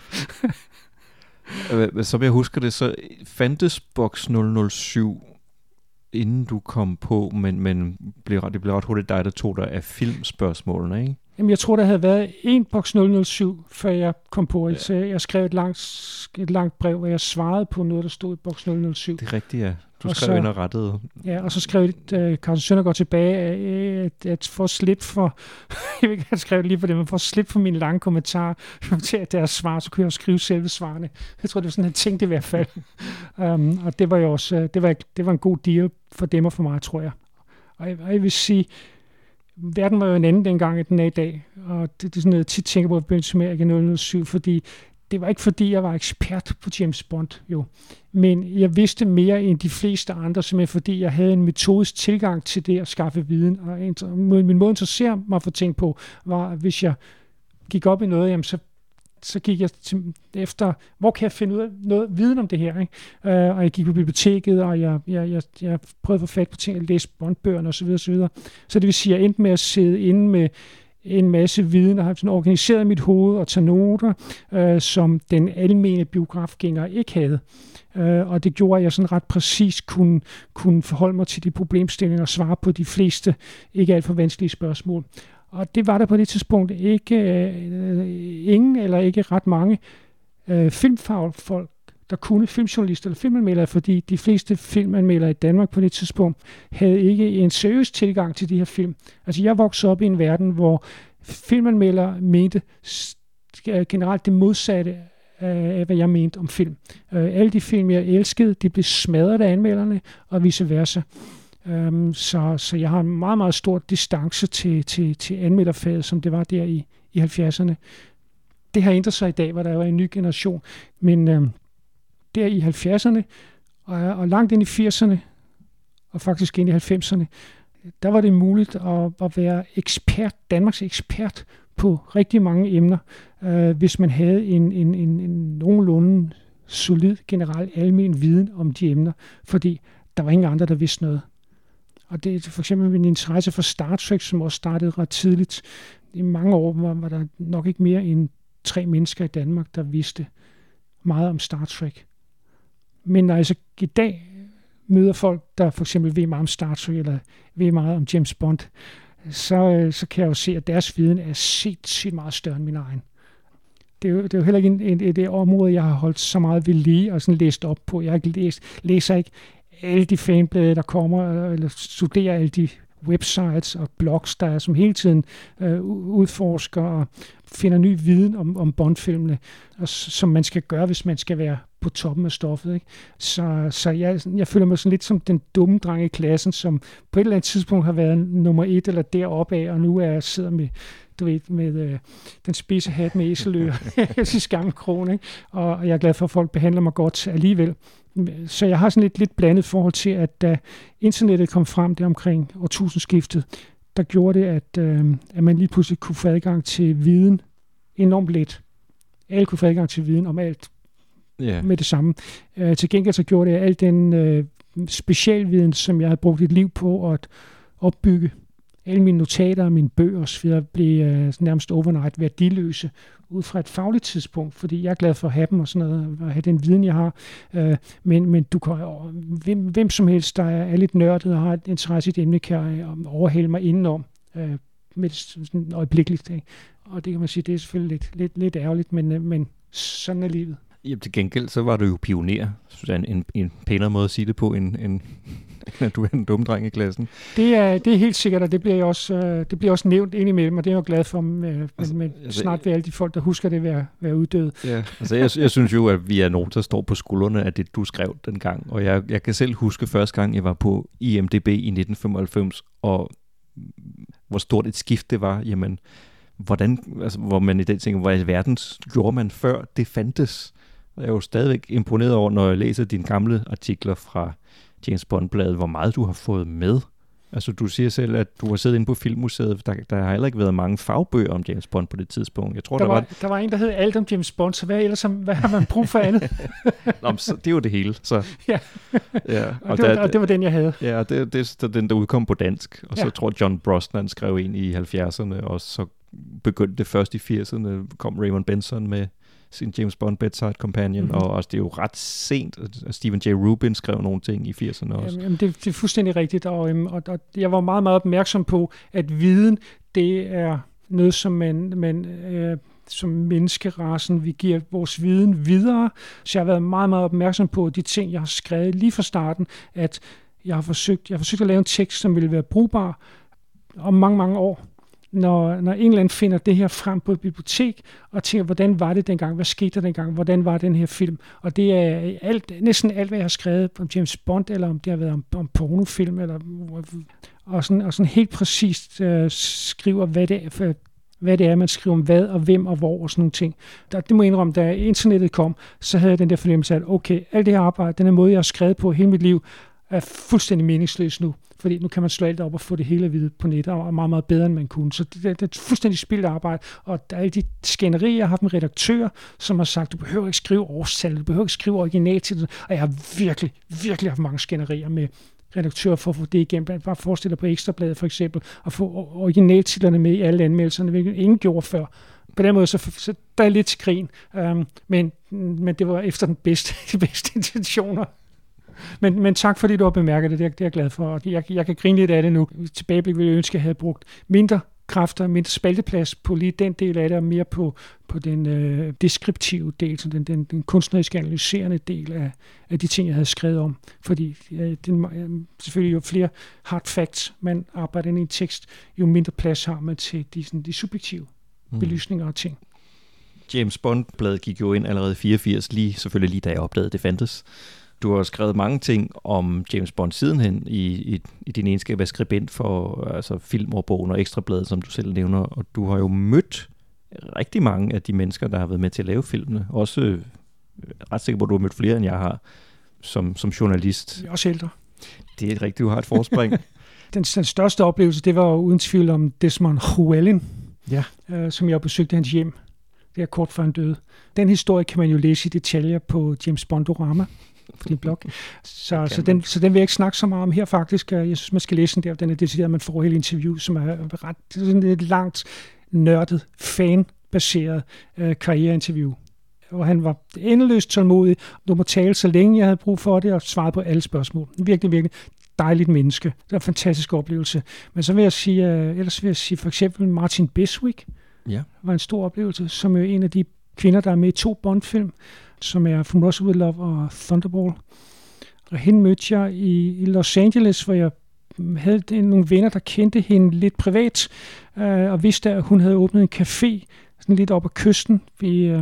Som jeg husker det, så fandtes Box nul nul syv, inden du kom på, men, men blev, det blev ret hurtigt dig, der tog dig af filmspørgsmålene, ikke? Jamen, jeg tror, der havde været en Box nul nul syv, før jeg kom på. Ja. Så jeg skrev et langt, et langt brev, hvor jeg svarede på noget, der stod i Box nul nul syv. Det er rigtigt, ja. Du og skrev så, ind og rettede. Ja, og så skrev uh, Carsten Søndergaard tilbage, at, at for at slippe for, jeg ved ikke, jeg skrev det lige på det, men for at slippe for mine lange kommentarer til deres svar, så kunne jeg jo skrive selve svarene. Jeg tror, det var sådan, han tænkte i hvert fald. um, og det var jo også, det var, det var en god deal for dem og for mig, tror jeg. Og jeg, og jeg vil sige, verden var jo en anden dengang, end den er i dag. Og det, det er sådan noget, jeg tit tænker på i forbindelse med A G nul nul syv, fordi det var ikke fordi, jeg var ekspert på James Bond, jo. Men jeg vidste mere end de fleste andre, simpelthen fordi jeg havde en metodisk tilgang til det at skaffe viden. Og min måde at interessere mig for ting på, var, at hvis jeg gik op i noget, jamen så, så gik jeg til, efter, hvor kan jeg finde ud af noget viden om det her, ikke? Uh, og jeg gik på biblioteket, og jeg, jeg, jeg, jeg prøvede at få fat på ting, at læse Bond-bøgerne osv. osv. Så det vil sige, at jeg endte med at sidde inde med en masse viden, og har sådan organiseret mit hoved og tage noter, øh, som den almene biografgænger ikke havde. Øh, og det gjorde, at jeg sådan ret præcis kunne, kunne forholde mig til de problemstillinger og svare på de fleste ikke alt for vanskelige spørgsmål. Og det var der på det tidspunkt ikke øh, ingen eller ikke ret mange øh, filmfagfolk, der kunne, filmjournalister eller filmanmeldere, fordi de fleste filmanmeldere i Danmark på det tidspunkt havde ikke en seriøs tilgang til de her film. Altså jeg voksede op i en verden, hvor filmanmeldere mente generelt det modsatte af, hvad jeg mente om film. Alle de film, jeg elskede, de blev smadret af anmelderne, og vice versa. Så, så jeg har en meget, meget stor distance til, til, til anmelderfaget, som det var der i, i halvfjerdserne. Det har ændret sig i dag, hvor der jo er en ny generation, men øh, der i halvfjerdserne og, og langt ind i firserne og faktisk ind i halvfemserne, der var det muligt at, at være ekspert, Danmarks ekspert på rigtig mange emner, øh, hvis man havde en, en, en, en nogenlunde solid generel almen viden om de emner, fordi der var ingen andre, der vidste noget. Og det er for eksempel min interesse for Star Trek, som også startede ret tidligt. I mange år var, var der nok ikke mere end tre mennesker i Danmark, der vidste meget om Star Trek. Men når jeg så i dag møder folk, der for eksempel ved meget om Star Trek, eller ved meget om James Bond, så, så kan jeg jo se, at deres viden er sindssygt meget større end min egen. Det er jo, det er jo heller ikke en, en, det område, jeg har holdt så meget ved lige og sådan læst op på. Jeg har ikke læst, læser ikke alle de fanblade, der kommer, eller studerer alle de websites og blogs, der er, som hele tiden øh, udforsker og finder ny viden om, om Bond-filmene, og som man skal gøre, hvis man skal være på toppen af stoffet, ikke? Så, så jeg, jeg føler mig sådan lidt som den dumme dreng i klassen, som på et eller andet tidspunkt har været nummer et eller deroppe af, og nu er jeg sidder med, du ved, med øh, den spidse hat med æseløer i skamkrone, ikke? Og, og jeg er glad for, at folk behandler mig godt alligevel. Så jeg har sådan et lidt blandet forhold til, at da internettet kom frem der omkring årtusindskiftet, der gjorde det, at, øh, at man lige pludselig kunne få adgang til viden enormt let. Alle kunne få adgang til viden om alt yeah. med det samme. Øh, til gengæld så gjorde det, at al den øh, specialviden, som jeg havde brugt et liv på at opbygge, alle mine notater og mine bøger osv. blev øh, nærmest overnight værdiløse ud fra et fagligt tidspunkt, fordi jeg er glad for at have dem og sådan noget, og have den viden, jeg har. Øh, men, men du kan, hvem, hvem som helst, der er, er lidt nørdet og har et interesse i et emne, kan overhale mig indenom øh, med sådan øjeblikkeligt. Ikke? Og det kan man sige, det er selvfølgelig lidt, lidt, lidt ærgerligt, men, men sådan er livet. Jamen til gengæld, så var du jo pioner. Så en, en, en pænere måde at sige det på, end, end at du er en dum dreng i klassen. Det er, det er helt sikkert, og det bliver også, øh, det bliver også nævnt indimellem, og det er jeg jo glad for, men, altså, men altså, snart vil alle de folk, der husker det, være, være uddøde. Ja, altså jeg, jeg synes jo, at vi er nogen, der står på skuldrene af det, du skrev dengang, og jeg, jeg kan selv huske første gang, jeg var på I M D B i nitten femoghalvfems, og hvor stort et skift det var, jamen, hvordan, altså, hvor man i den tænker, hvor i verden gjorde man før det fandtes. Jeg er jo stadigvæk imponeret over, når jeg læser dine gamle artikler fra James Bond-bladet, hvor meget du har fået med. Altså, du siger selv, at du har siddet inde på Filmmuseet. Der, der har heller ikke været mange fagbøger om James Bond på det tidspunkt. Jeg tror, der, der, var, var... der var en, der hed alt om James Bond, så hvad ellers hvad har man brug for andet? Nå, så det er jo det hele. Så. Ja, ja. Og, og, det var, der, og det var den, jeg havde. Ja, og det, det er den, der udkom på dansk. Og så ja. tror John Brosnan skrev en i halvfjerdserne, og så begyndte det først i firserne, kom Raymond Benson med sin James Bond Bedside Companion, mm-hmm. og også det er jo ret sent, at Stephen J. Rubin skrev nogle ting i firserne også. Jamen, det, det er fuldstændig rigtigt, og, og, og jeg var meget, meget opmærksom på, at viden, det er noget, som man, man øh, som menneskerassen, vi giver vores viden videre, så jeg har været meget, meget opmærksom på de ting, jeg har skrevet lige fra starten, at jeg har forsøgt, jeg har forsøgt at lave en tekst, som ville være brugbar om mange, mange år. Når, når en eller anden finder det her frem på et bibliotek, og tænker, hvordan var det dengang, hvad skete der dengang, hvordan var den her film, og det er alt, næsten alt, hvad jeg har skrevet om James Bond, eller om det har været om, om pornofilm, eller, og, sådan, og sådan helt præcist øh, skriver, hvad det, er, hvad det er, man skriver om hvad, og hvem, og hvor, og sådan nogle ting. Der, det må jeg indrømme, da internettet kom, så havde jeg den der fornemmelse af, at okay, alt det her arbejde, den her måde, jeg har skrevet på hele mit liv, er fuldstændig meningsløs nu. Fordi nu kan man slå alt op og få det hele at vide på nettet, og meget, meget bedre, end man kunne. Så det, det, det er fuldstændig spildt arbejde. Og der er alle de skænderier, jeg har haft med redaktører, som har sagt, du behøver ikke skrive årstal, du behøver ikke skrive originaltitel. Og jeg har virkelig, virkelig haft mange skænderier med redaktører for at få det igennem. Bare forestil dig på Ekstrabladet for eksempel, og få originaltitlerne med i alle anmeldelserne, hvilket ingen gjorde før. På den måde, så, så der er lidt til grin. Um, men, men det var efter den bedste, de bedste intentioner. Men, men tak fordi du har bemærket det, det er, det er jeg glad for. Og jeg, jeg kan grine lidt af det nu. Tilbageblik ville jeg ønske, at jeg havde brugt mindre kræfter, mindre spalteplads på lige den del af det, og mere på, på den øh, deskriptive del, så den, den, den kunstneriske analyserende del af, af de ting, jeg havde skrevet om. Fordi øh, den, øh, selvfølgelig jo flere hard facts, man arbejder ind i en tekst, jo mindre plads har man til de, sådan, de subjektive mm. belysninger og ting. James Bond-bladet gik jo ind allerede i fireogfirs, lige, selvfølgelig lige da jeg opdagede, det fandtes. Du har skrevet mange ting om James Bond sidenhen i, i, i din egenskab af skribent for altså filmårbogen og Ekstrabladet, som du selv nævner, og du har jo mødt rigtig mange af de mennesker, der har været med til at lave filmene. Også øh, ret sikker på, at du har mødt flere, end jeg har som, som journalist. Jeg er også ældre. Det er rigtigt, du har et forspring. den, den største oplevelse, det var uden tvivl om Desmond Llewellyn, ja. øh, som jeg besøgte hans hjem. Det er kort før han døde. Den historie kan man jo læse i detaljer på James Bondorama. For din blog. Så, så, den, så den vil jeg ikke snakke så meget om her faktisk. Jeg synes, man skal læse den der. Den er decideret, at man får hele interview, som er ret sådan et langt, nørdet, fan-baseret øh, karriereinterview. Og han var endeløst tålmodig. Du må tale så længe, jeg havde brug for det, og svare på alle spørgsmål. Virkelig, virkelig dejligt menneske. Det var en fantastisk oplevelse. Men så vil jeg sige, øh, ellers vil jeg sige for eksempel Martin Beswick. Ja. Var en stor oplevelse, som er en af de kvinder, der er med i to Bond-film, som er From Russia With Love og Thunderball. Og hende mødte jeg i, i Los Angeles, hvor jeg havde nogle venner, der kendte hende lidt privat, øh, og vidste, at hun havde åbnet en café sådan lidt op ad kysten. Vi, øh,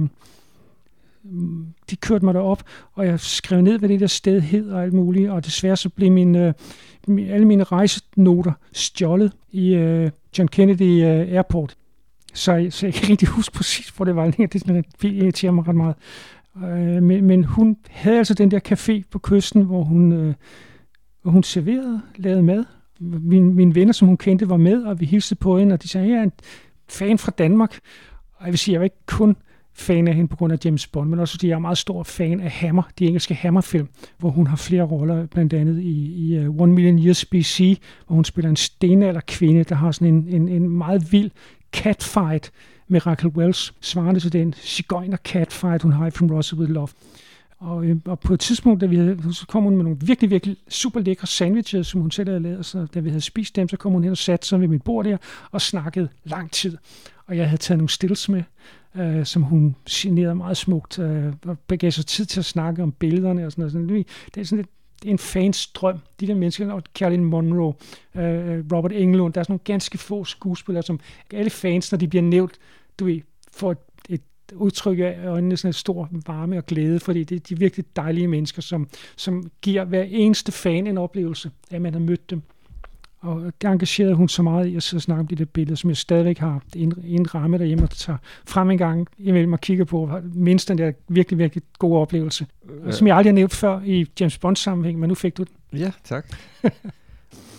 de kørte mig derop, og jeg skrev ned, hvad det der sted hed og alt muligt, og desværre så blev min, øh, alle mine rejsenoter stjålet i øh, John Kennedy øh, Airport. Så, så jeg kan ikke rigtig huske præcis, hvor det var. Det irriterer mig ret meget. Øh, men, men hun havde altså den der café på kysten, hvor hun, øh, hvor hun serverede, lavede mad. Min, mine venner, som hun kendte, var med, og vi hilste på hende, og de sagde, jeg er en fan fra Danmark. Og jeg vil sige, jeg var ikke kun fan af hende på grund af James Bond, men også fordi jeg er meget stor fan af Hammer, de engelske Hammer-film, hvor hun har flere roller, blandt andet i, i uh, One Million Years B C, hvor hun spiller en stenalderkvinde, der har sådan en, en, en meget vild catfight med Raquel Welch, svarende til den sigøjner-catfight, hun har i From Russia With Love. Og, øh, og på et tidspunkt, da vi havde, så kom hun med nogle virkelig, virkelig super lækre sandwiches, som hun selv havde lavet, så da vi havde spist dem, så kom hun hen og satte sig ved mit bord der, og snakkede lang tid. Og jeg havde taget nogle stills med, øh, som hun signerede meget smukt, øh, og begav sig tid til at snakke om billederne og sådan noget. Det er sådan lidt, det er en fans drøm. De der mennesker, og Caroline Monroe, øh, Robert Englund, der er sådan nogle ganske få skuespillere, som alle fans, når de bliver nævnt, du ved, får et, et udtryk af øjnene, sådan en stor varme og glæde, fordi det er de virkelig dejlige mennesker, som, som giver hver eneste fan en oplevelse, at man har mødt dem. Og det engagerede hun så meget i at sidde og snakke om de der billeder, som jeg stadigvæk har en, en ramme derhjemme, og tager frem en gang imellem og kigger på, mindst den der virkelig, virkelig gode oplevelse, ja. Som jeg aldrig har nævnt før i James Bond-sammenhæng, men nu fik du den. Ja, tak.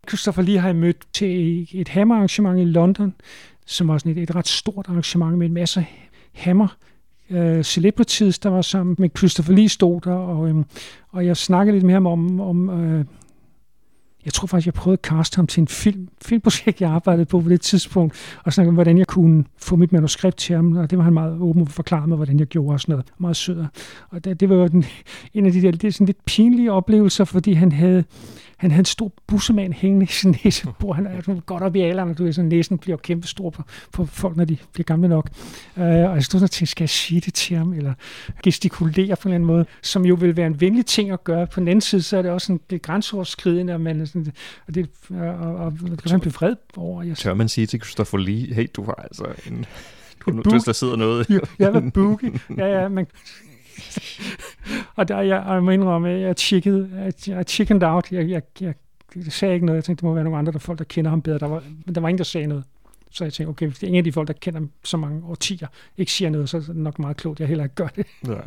Christopher Lee har jeg mødt til et Hammer-arrangement i London, som var sådan et, et ret stort arrangement med en masse Hammer uh, celebrities, der var sammen med Christopher Lee stod der, og, um, og jeg snakkede lidt med ham om, om uh, jeg tror faktisk, jeg prøvede at kaste ham til en film, filmprojekt, jeg arbejdede på på det tidspunkt, og snakke om, hvordan jeg kunne få mit manuskript til ham, og det var han meget åben og forklare mig, hvordan jeg gjorde og sådan noget. Meget sød. Og det, det var jo den, en af de der det er sådan lidt pinlige oplevelser, fordi han havde Han havde en stor bussemand hængende i sin næse, hvor han er godt op i alderen, og du ved, sådan, næsen bliver kæmpe stor på, på folk, når de bliver gamle nok. Uh, og jeg stod sådan og tænkte, skal jeg sige det til ham, eller gestikulere på en eller anden måde, som jo vil være en venlig ting at gøre. På den anden side, så er det også sådan, det grænseoverskridende, og, man, sådan, og det og, og, og det kan han blive vred over. Jeg, Tør man sige til Christopher Lee, hey, du har altså en... Du, du, der sidder noget... Jeg var boogie. Ja, ja, man... og der jeg, jeg må indrømme, at jeg tjekkede, jeg chickened out. Jeg, jeg, jeg, jeg sagde ikke noget. Jeg tænkte, det må være nogle andre der folk, der kender ham bedre. Der var, men der var ingen, der sagde noget. Så jeg tænkte, okay, hvis det er ingen af de folk, der kender ham så mange årtier, ikke siger noget, så er det nok meget klogt, jeg heller ikke gør det. Ja.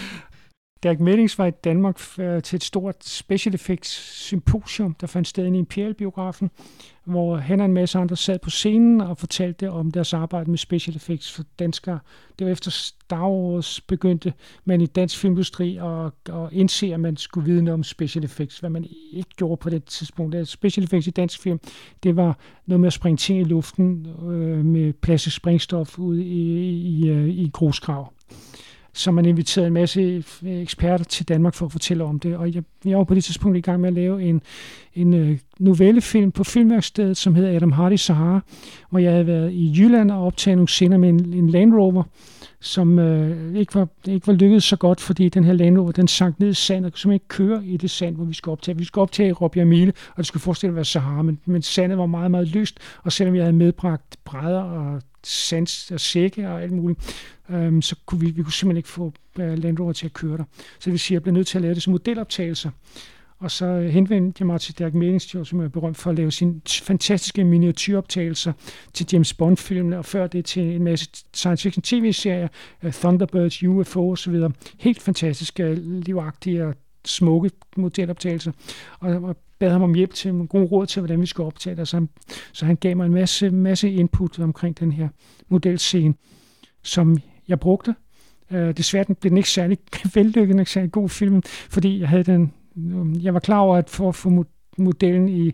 Dirk Meddings var i Danmark til et stort special effects symposium, der fandt sted i Imperial-biografen, hvor han og en masse andre sad på scenen og fortalte om deres arbejde med special effects for danskere. Det var efter Star Wars begyndte man i dansk filmindustri at, at indse, at man skulle vide noget om special effects, hvad man ikke gjorde på det tidspunkt. Special effects i dansk film, det var noget med at springe ting i luften øh, med plastisk sprængstof ud i, i, i, i grusgrav. Så man inviterede en masse eksperter til Danmark for at fortælle om det. Og jeg, jeg var på det tidspunkt i gang med at lave en, en novellefilm på Filmværkstedet, som hedder Adam Hardy Sahara, hvor jeg havde været i Jylland og optaget nogle scener med en, en Land Rover, som øh, ikke, var, ikke var lykkedes så godt, fordi den her Land Rover, den sank ned i sandet, og kunne simpelthen ikke køre i det sand, hvor vi skulle optage. Vi skulle optage i Robbie Mile, og det skulle forestille at være Sahara, men, men sandet var meget, meget løst, og selvom jeg havde medbragt brædder og sands og sække og alt muligt, øhm, så kunne vi, vi kunne simpelthen ikke få uh, Land Rover til at køre der. Så det vil sige, at jeg blev nødt til at lave det som modeloptagelser. Og så henvendte jeg mig til Dirk Meddings, som er berømt for at lave sine fantastiske miniatyroptagelser til James Bond-filmene, og før det til en masse science fiction tv-serier, uh, Thunderbirds, U F O osv. Helt fantastiske, livagtige og smukke modeloptagelser. Og, og bad ham om hjælp til en god råd til, hvordan vi skulle optage det. Så han, så han gav mig en masse, masse input omkring den her modelscene, som jeg brugte. Uh, desværre blev den ikke særlig vellykket, ikke særlig god film, fordi jeg havde den, jeg var klar over, at for at få modellen i,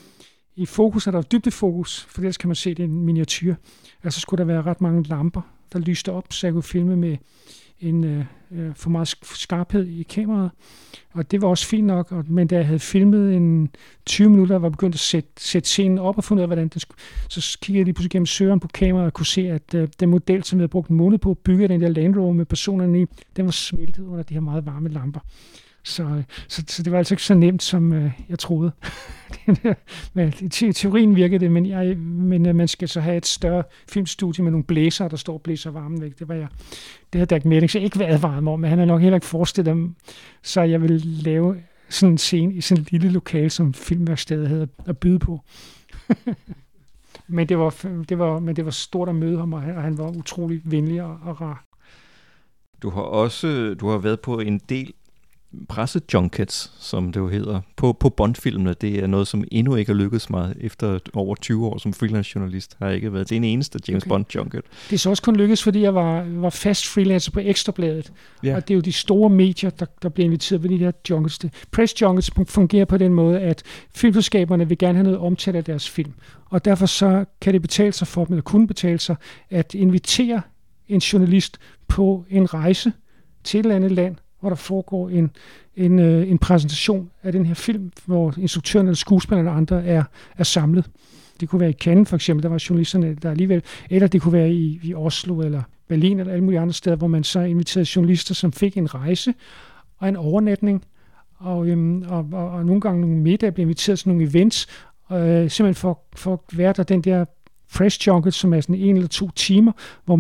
i fokus, er der dybdefokus, for ellers kan man se, det er en miniatyr. Altså skulle der være ret mange lamper, der lyste op, så jeg kunne filme med en øh, for meget skarphed i kameraet. Og det var også fint nok, og, men da jeg havde filmet en tyve minutter, var begyndt at sætte, sætte scenen op og fundet ud af, hvordan den skulle, så kiggede jeg lige pludselig gennem søren på kameraet og kunne se, at øh, den model, som jeg havde brugt en måned på at bygge den der Land Rover med personerne i, den var smeltet under de her meget varme lamper. Så, så, så det var altså ikke så nemt, som øh, jeg troede. I teorien virkede det, men, jeg, men øh, man skal så have et større filmstudie med nogle blæser, der står og blæser varmen væk. Det var jeg. Det havde Dirk Meddings ikke været varm om, men han har nok heller ikke forestillet dem, så jeg ville lave sådan en scene i sådan et lille lokale, som Filmværkstedet havde at byde på. men, det var, det var, men det var stort at møde ham, og han, og han var utrolig venlig og, og rar. Du har også du har været på en del pressejunkets, som det jo hedder, på, på Bond-filmene. Det er noget, som endnu ikke er lykkedes mig efter over tyve år som freelance-journalist. Har jeg ikke været det eneste James okay. Bond-junket. Det er så også kun lykkedes, fordi jeg var, var fast freelancer på Ekstrabladet. Ja. Og det er jo de store medier, der, der bliver inviteret på de her junkets. Press-junkets fungerer på den måde, at filmselskaberne vil gerne have noget omtale af deres film. Og derfor så kan det betale sig for dem, eller kunne betale sig, at invitere en journalist på en rejse til et eller andet land, hvor der foregår en, en, øh, en præsentation af den her film, hvor instruktøren eller skuespillerne og andre er, er samlet. Det kunne være i Cannes for eksempel, der var journalisterne der alligevel, eller det kunne være i, i Oslo eller Berlin eller alle mulige andre steder, hvor man så inviterede journalister, som fik en rejse og en overnatning, og, øhm, og, og, og nogle gange nogle middag blev inviteret til nogle events, øh, simpelthen for, for at være der den der press junket, som er sådan en eller to timer, hvor man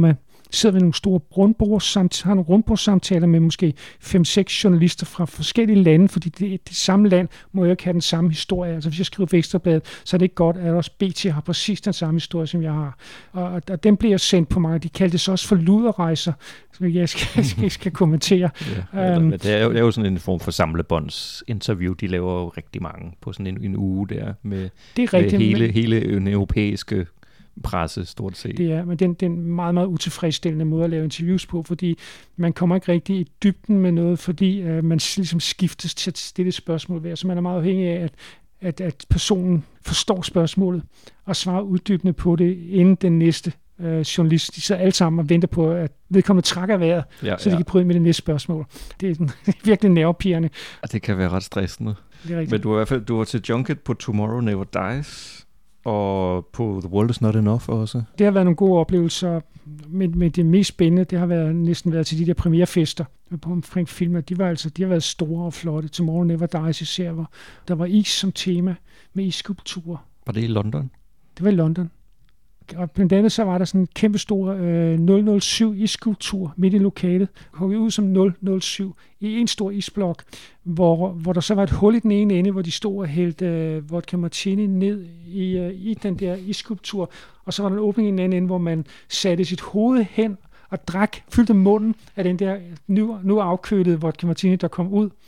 sidder ved nogle store rundbordssamtaler, har nogle rundbordssamtaler med måske fem seks journalister fra forskellige lande, fordi det, det samme land må jo ikke have den samme historie. Altså hvis jeg skriver for Ekstrabladet, så er det ikke godt, at også B T har præcis den samme historie, som jeg har. Og, og den bliver sendt på mange. De kaldte det også for luderrejser, som jeg skal, skal, skal kommentere. Ja, um, det, er jo, det er jo sådan en form for samlebåndsinterview. De laver jo rigtig mange på sådan en, en uge der med, det er rigtigt, med hele, men, hele den europæiske presse stort set. Det er, men den, den meget, meget utilfredsstillende måde at lave interviews på, fordi man kommer ikke rigtig i dybden med noget, fordi uh, man ligesom skiftes til at stille spørgsmål ved, så man er meget afhængig af, at, at, at personen forstår spørgsmålet og svarer uddybende på det, inden den næste uh, journalist. De sidder alle sammen og venter på, at vedkommende trækker vejret, ja, så de ja. kan prøve med det næste spørgsmål. Det er den, virkelig nervepirrende. Det kan være ret stressende. Men du var i hvert fald du var til junket på Tomorrow Never Dies, og på The World Is Not Enough også. Det har været nogle gode oplevelser, men, men det mest spændende, det har været, næsten været til de der premierefester på omkring filmer. De, var altså, de har været store og flotte. Tomorrow Never Dies især, hvor der var is som tema med isskulpturer. Var det i London? Det var i London. Og blandt andet så var der sådan en kæmpe stor øh, nul nul syv isskulptur midt i lokalet, hugget ud som nul nul syv i en stor isblok, hvor, hvor der så var et hul i den ene ende, hvor de stod og hældte øh, vodka martini ned i, øh, i den der isskulptur, og så var der en åbning i den anden ende, hvor man satte sit hoved hen og drak, fyldte munden af den der nu, nu afkølede vodka martini, der kom ud.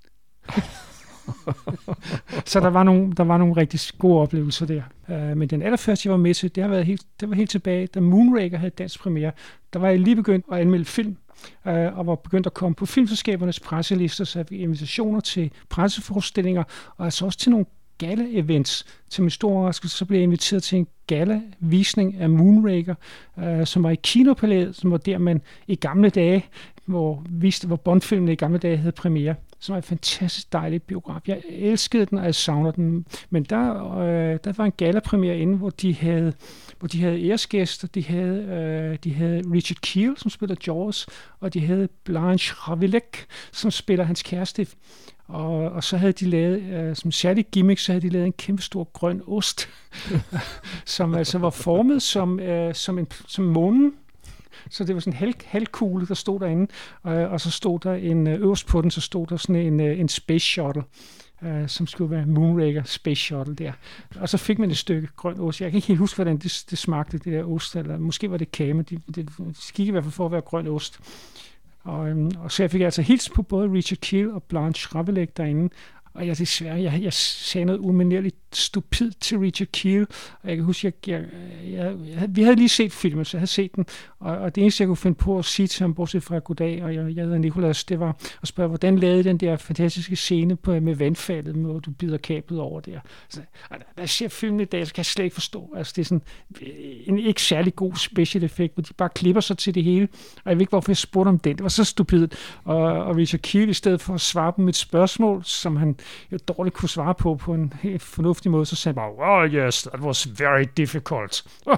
Så der var nogle der var nogle rigtig gode oplevelser der. Uh, men den allerførste jeg var med til, det har været helt det var helt tilbage, da Moonraker havde dansk premiere. Der var jeg lige begyndt at anmelde film, uh, og var begyndt at komme på filmselskabernes presselister, så vi invitationer til presseforestillinger, og altså også til nogle gala-events. Til min store overraskelse, så blev jeg inviteret til en gala-visning af Moonraker, uh, som var i Kinopalæet, som var der, man i gamle dage, hvor, viste, hvor Bond-filmene i gamle dage havde premiere, som var en fantastisk dejlig biograf. Jeg elskede den, og jeg savner den. Men der, øh, der var en gala-premiere inde, hvor de havde, hvor de havde æresgæster. De havde, øh, de havde Richard Kiel, som spiller Jaws, og de havde Blanche Ravillec, som spiller hans kæreste. Og, og så havde de lavet, øh, som særlig gimmick, så havde de lavet en kæmpe stor grøn ost, som altså var formet som, øh, som, en, som månen. Så det var sådan en halv, halvkugle, der stod derinde, og, og så stod der en øverst på den, så stod der sådan en, en space shuttle, uh, som skulle være Moonraker Space Shuttle der. Og så fik man et stykke grøn ost. Jeg kan ikke helt huske, hvordan det, det smagte, det der ost, eller måske var det kage, men det, det, det gik i hvert fald for at være grøn ost. Og, um, og så jeg fik altså hils på både Richard Kiel og Blanche Ravillec derinde, og jeg desværre, jeg, jeg sagde noget umanerligt stupid til Richard Kiel, og jeg kan huske, jeg, jeg, jeg, jeg, vi havde lige set filmen, så jeg havde set den, og, og det eneste, jeg kunne finde på at sige til ham, bortset fra goddag, og jeg, jeg hedder Nicolas, det var at spørge, hvordan lavede den der fantastiske scene på, med vandfaldet, hvor du bider kablet over der. Så, og da jeg ser filmen i dag, så kan jeg slet ikke forstå, altså det er sådan en ikke særlig god special effekt, hvor de bare klipper sig til det hele, og jeg ved ikke, hvorfor jeg spurgte om den, det var så stupidt, og, og Richard Kiel, i stedet for at svare dem et spørgsmål, som han jo dårligt kunne svare på på en helt fornuftig måde, så sagde han bare, oh yes, that was very difficult.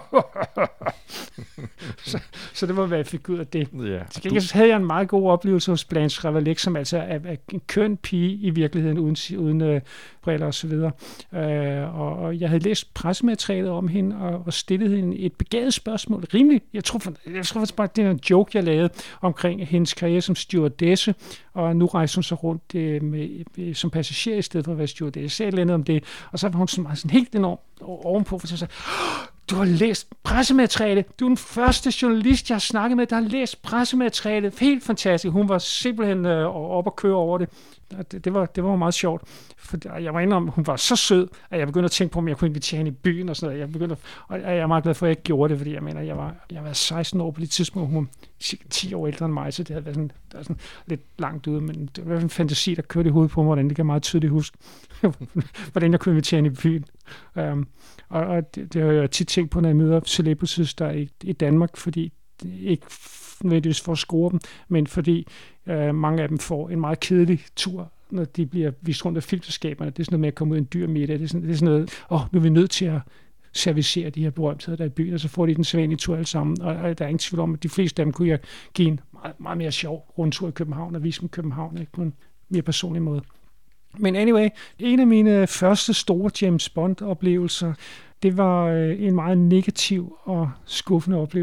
så, så det var, hvad jeg fik ud af det. Yeah. Til gengæld havde jeg en meget god oplevelse hos Blanche Ravillec, som altså er, er en køn pige i virkeligheden, uden, uden øh, briller og så videre. Øh, og, og jeg havde læst pressematerialet om hende, og, og stillet hende et begavet spørgsmål. Rimelig, jeg tror, for, jeg tror faktisk bare, det er en joke, jeg lavede omkring hendes karriere som stewardesse, og nu rejser hun så rundt øh, med, med, som passager i stedet for at være stewardesse. Jeg sagde et eller andet om det, og så var hun sådan, sådan helt enormt ovenpå, for så du har læst pressematerialet. Du er den første journalist, jeg har snakket med, der har læst pressematerialet. Helt fantastisk. Hun var simpelthen øh, op og køre over det. Det, det, var, det var meget sjovt. For jeg var inde om, hun var så sød, at jeg begyndte at tænke på, om jeg kunne invitere hende i byen og sådan noget. Jeg begyndte, og jeg er meget glad for, at jeg ikke gjorde det, fordi jeg mener, jeg var, jeg var seksten år på det tidspunkt. Hun var ti år ældre end mig, så det havde været sådan, det var sådan lidt langt ude, men det var en fantasi, der kørte i hovedet på mig, hvordan det kan jeg meget tydeligt huske, hvordan jeg kunne invitere hende i byen. Um, og, og det, det har jeg tit tænkt på, når jeg møder celebrities, der er i, i Danmark, fordi ikke nødvendigvis for at score dem, men fordi øh, mange af dem får en meget kedelig tur, når de bliver vist rundt af filmselskaberne. Det er sådan noget med at komme ud i en dyr middag. Det er sådan, det er sådan noget, åh, oh, nu er vi nødt til at servicere de her berømtheder, der er i byen, og så får de den sædvanlige tur alle sammen. Og, og der er ingen tvivl om, at de fleste af dem kunne jeg give en meget, meget mere sjov rundtur i København, og vise dem København ikke, på en mere personlig måde. Men anyway, en af mine første store James Bond-oplevelser, det var øh, en meget negativ og skuffende oplevelse.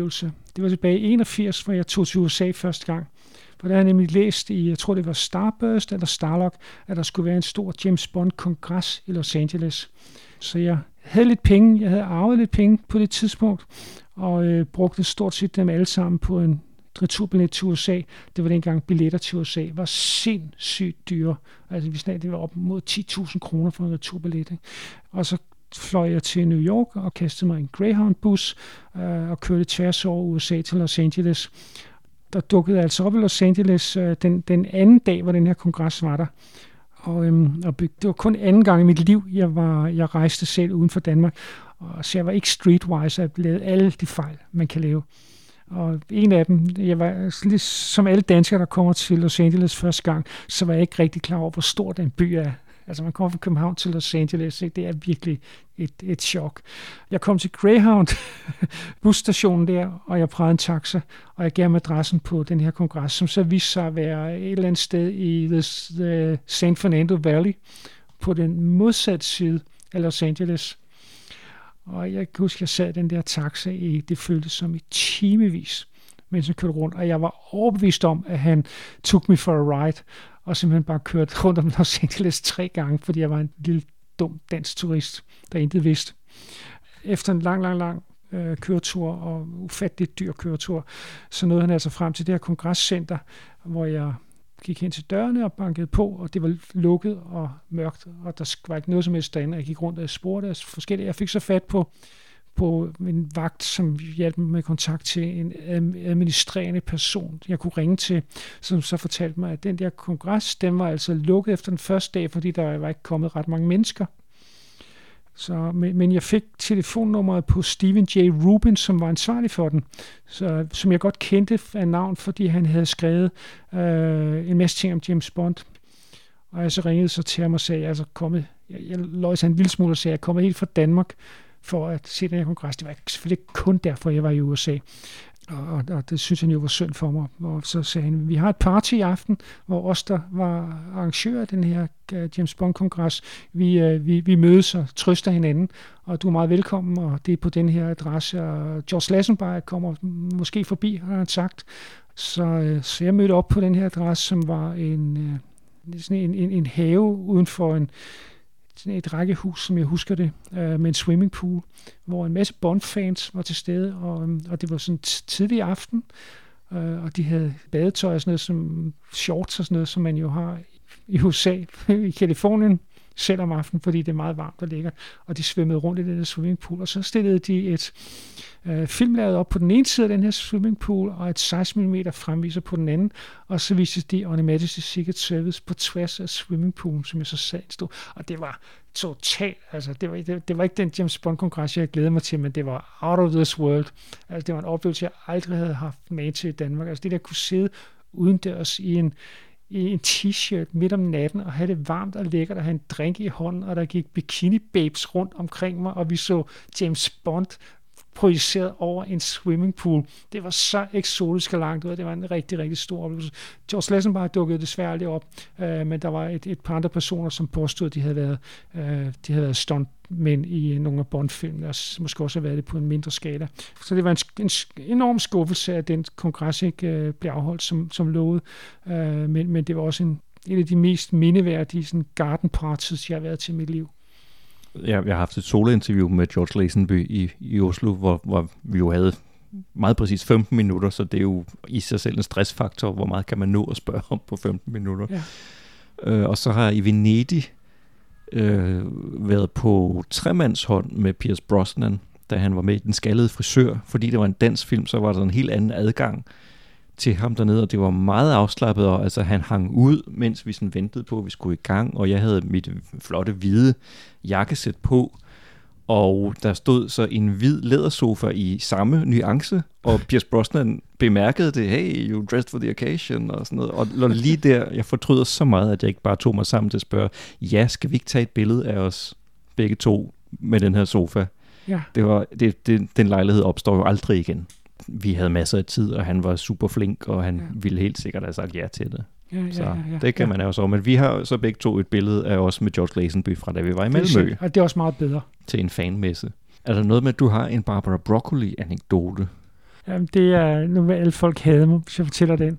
Det var tilbage i enogfirs, hvor jeg tog til U S A første gang. For der har jeg nemlig læst i, jeg tror det var Starburst eller Starlog, at der skulle være en stor James Bond-kongres i Los Angeles. Så jeg havde lidt penge, jeg havde arvet lidt penge på det tidspunkt, og øh, brugte stort set dem alle sammen på en returbillet til U S A. Det var dengang billetter til U S A var sindssygt dyre. Altså vi snakkede, det var op mod ti tusind kroner for en returbillet. Og så fløj jeg til New York og kastede mig i en Greyhound-bus øh, og kørte tværs over U S A til Los Angeles. Der dukkede jeg altså op i Los Angeles øh, den, den anden dag, hvor den her kongres var der. Og, øhm, og det var kun anden gang i mit liv, jeg, var, jeg rejste selv uden for Danmark. Og, så jeg var ikke streetwise, og jeg lavede alle de fejl, man kan lave. Og en af dem, jeg var som alle danskere, der kommer til Los Angeles første gang, så var jeg ikke rigtig klar over, hvor stor den by er. Altså man kommer fra København til Los Angeles, ikke? Det er virkelig et, et chok. Jeg kom til Greyhound busstationen der, og jeg prøvede en taxa, og jeg gav mig adressen på den her kongres, som så viste sig at være et eller andet sted i the, the San Fernando Valley, på den modsatte side af Los Angeles. Og jeg kan huske, at jeg sad i den der taxa i, det føltes som i timevis, mens jeg kørte rundt, og jeg var overbevist om, at han took me for a ride, og simpelthen bare kørte rundt om Los Angeles tre gange, fordi jeg var en lille dum dansk turist, der intet vidste. Efter en lang, lang, lang øh, køretur, og ufatteligt dyr køretur, så nåede han altså frem til det her kongresscenter, hvor jeg gik hen til dørene og bankede på, og det var lukket og mørkt, og der var ikke noget som helst derinde. Jeg gik rundt og spurgte af forskellige. Jeg fik så fat på, på en vagt, som hjalp mig med kontakt til en administrerende person, jeg kunne ringe til, som så fortalte mig, at den der kongres, den var altså lukket efter den første dag, fordi der var ikke kommet ret mange mennesker. Så, men, men jeg fik telefonnummeret på Stephen J. Rubin, som var ansvarlig for den, så, som jeg godt kendte af navn, fordi han havde skrevet øh, en masse ting om James Bond. Og jeg så ringede så til ham og sagde, altså kommet, jeg, jeg løj sig en lille smule og sagde, jeg er kommet helt fra Danmark for at se den her kongres. Det var selvfølgelig ikke kun derfor, jeg var i U S A. Og, og, og det synes han jo var synd for mig. Og så sagde han, vi har et party i aften, hvor os, der var arrangører af den her uh, James Bond-kongres, vi, uh, vi, vi mødes og trøster hinanden, og du er meget velkommen, og det er på den her adresse, og George Lazenby kommer måske forbi, har han sagt. Så, uh, så jeg mødte op på den her adresse, som var en, uh, sådan en, en, en have uden for en sådan et rækkehus, som jeg husker det, øh, med en swimmingpool, hvor en masse Bond-fans var til stede, og, og det var sådan tidlig aften, øh, og de havde badetøj og sådan noget, som shorts og sådan noget, som man jo har i U S A, i Kalifornien, selv om aftenen, fordi det er meget varmt og lækkert, og de svømmede rundt i den der swimmingpool, og så stillede de et øh, filmlaget op på den ene side af den her swimmingpool, og et seksten millimeter fremviser på den anden, og så viste de On Her Majesty's Secret Service på tværs af swimmingpoolen, som jeg så sad stod, og det var totalt, altså det var, det, det var ikke den James Bond-kongres, jeg glædede mig til, men det var out of this world, altså det var en oplevelse, jeg aldrig havde haft med til i Danmark, altså det der kunne sidde udendørs i en i en t-shirt midt om natten, og have det varmt og lækkert, og have en drink i hånden, og der gik bikini-babes rundt omkring mig, og vi så James Bond projiceret over en swimmingpool. Det var så eksotisk og langt ud, og det var en rigtig, rigtig stor oplevelse. George Lazenby dukkede desværre aldrig op, øh, men der var et, et par andre personer, som påstod, at de havde været, øh, de havde været stuntmænd i nogle af Bond-filmene, og måske også have været det på en mindre skala. Så det var en, en enorm skuffelse, at den kongres ikke øh, blev afholdt som, som lovet, øh, men, men det var også en, en af de mest mindeværdige sådan garden parties, jeg har været til i mit liv. Ja, jeg har haft et solointerview med George Lazenby i, i Oslo, hvor, hvor vi jo havde meget præcis femten minutter, så det er jo i sig selv en stressfaktor, hvor meget kan man nå at spørge om på femten minutter. Ja. Øh, og så har jeg i Venedig øh, været på tremandshånd med Pierce Brosnan, da han var med i Den Skaldede Frisør. Fordi det var en dansk film, så var der en helt anden adgang til ham dernede, og det var meget afslappet, og altså han hang ud, mens vi sådan ventede på, at vi skulle i gang, og jeg havde mit flotte hvide jakkesæt på, og der stod så en hvid lædersofa i samme nuance, og Pierce Brosnan bemærkede det, hey, you dressed for the occasion, og sådan noget, og lige der, jeg fortryder så meget, at jeg ikke bare tog mig sammen til at spørge, ja, skal vi ikke tage et billede af os begge to med den her sofa? Ja. Det var, det, det, den lejlighed opstår jo aldrig igen. Vi havde masser af tid, og han var super flink, og han ja. ville helt sikkert have sagt ja til det. Ja, ja, så ja, ja, det kan ja. man også. Men vi har så begge to et billede af os med George Lazenby fra da vi var i Malmø. Og det er også meget bedre. Til en fanmesse. Er der noget med, at du har en Barbara Broccoli-anekdote? Jamen, det er, nu vil alle folk hade mig, hvis jeg fortæller den.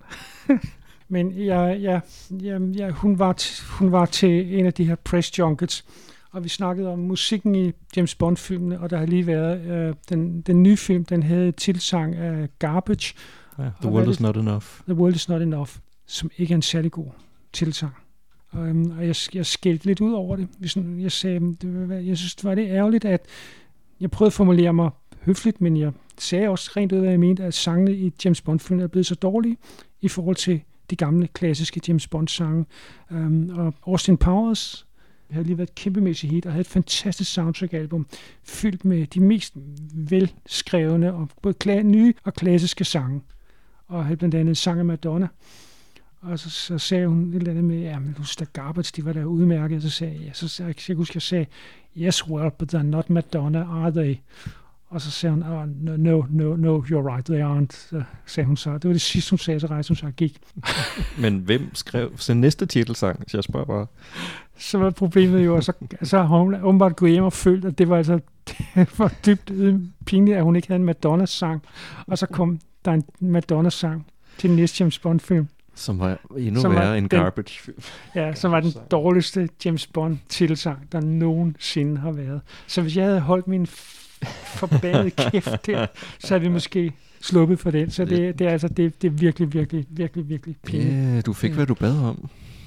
Men jeg, jeg, jeg, jeg, hun, var t- hun var til en af de her press junkets, og vi snakkede om musikken i James Bond-filmene, og der har lige været øh, den, den nye film, den havde tilsang af Garbage. Ja, The World is Not Enough. The World is Not Enough, som ikke er en særlig god tilsang. Og, øhm, og jeg, jeg skældte lidt ud over det. Jeg sagde, det, jeg synes, det var det ærgerligt, at jeg prøvede at formulere mig høfligt, men jeg sagde også rent ud, hvad jeg mente, at sangene i James Bond-filmene er blevet så dårlige i forhold til de gamle, klassiske James Bond-sange. Um, og Austin Powers havde lige været et kæmpemæssigt hit, og havde et fantastisk soundtrack-album, fyldt med de mest velskrevne, og både kla- nye og klassiske sange. Og havde blandt andet en sang af Madonna. Og så, så sagde hun et eller andet med, ja, men du der Garbage, de var der udmærket. Så sagde jeg, så, så jeg kan huske, jeg sagde, yes, well, but they're not Madonna, are they? Og så sagde hun, oh, no, no, no, you're right, they aren't, så sagde hun så. Det var det sidste, hun sagde, så rejste hun så og gik. Men hvem skrev sin næste titelsang, så jeg spørger bare? Så var problemet jo, og så, så har hun åbenbart gået hjem og følt, at det var altså det var dybt pinligt, at hun ikke havde en Madonna-sang. Og så kom der en Madonna-sang til den næste James Bond-film. Som var endnu som værre end Garbage. Ja, som var den dårligste James Bond-titelsang, der nogensinde har været. Så hvis jeg havde holdt min forbandet kæft der, så havde vi måske sluppet for den. Så det, det er altså det, det er virkelig, virkelig, virkelig, virkelig pinligt. Ja, du fik, hvad du bad om.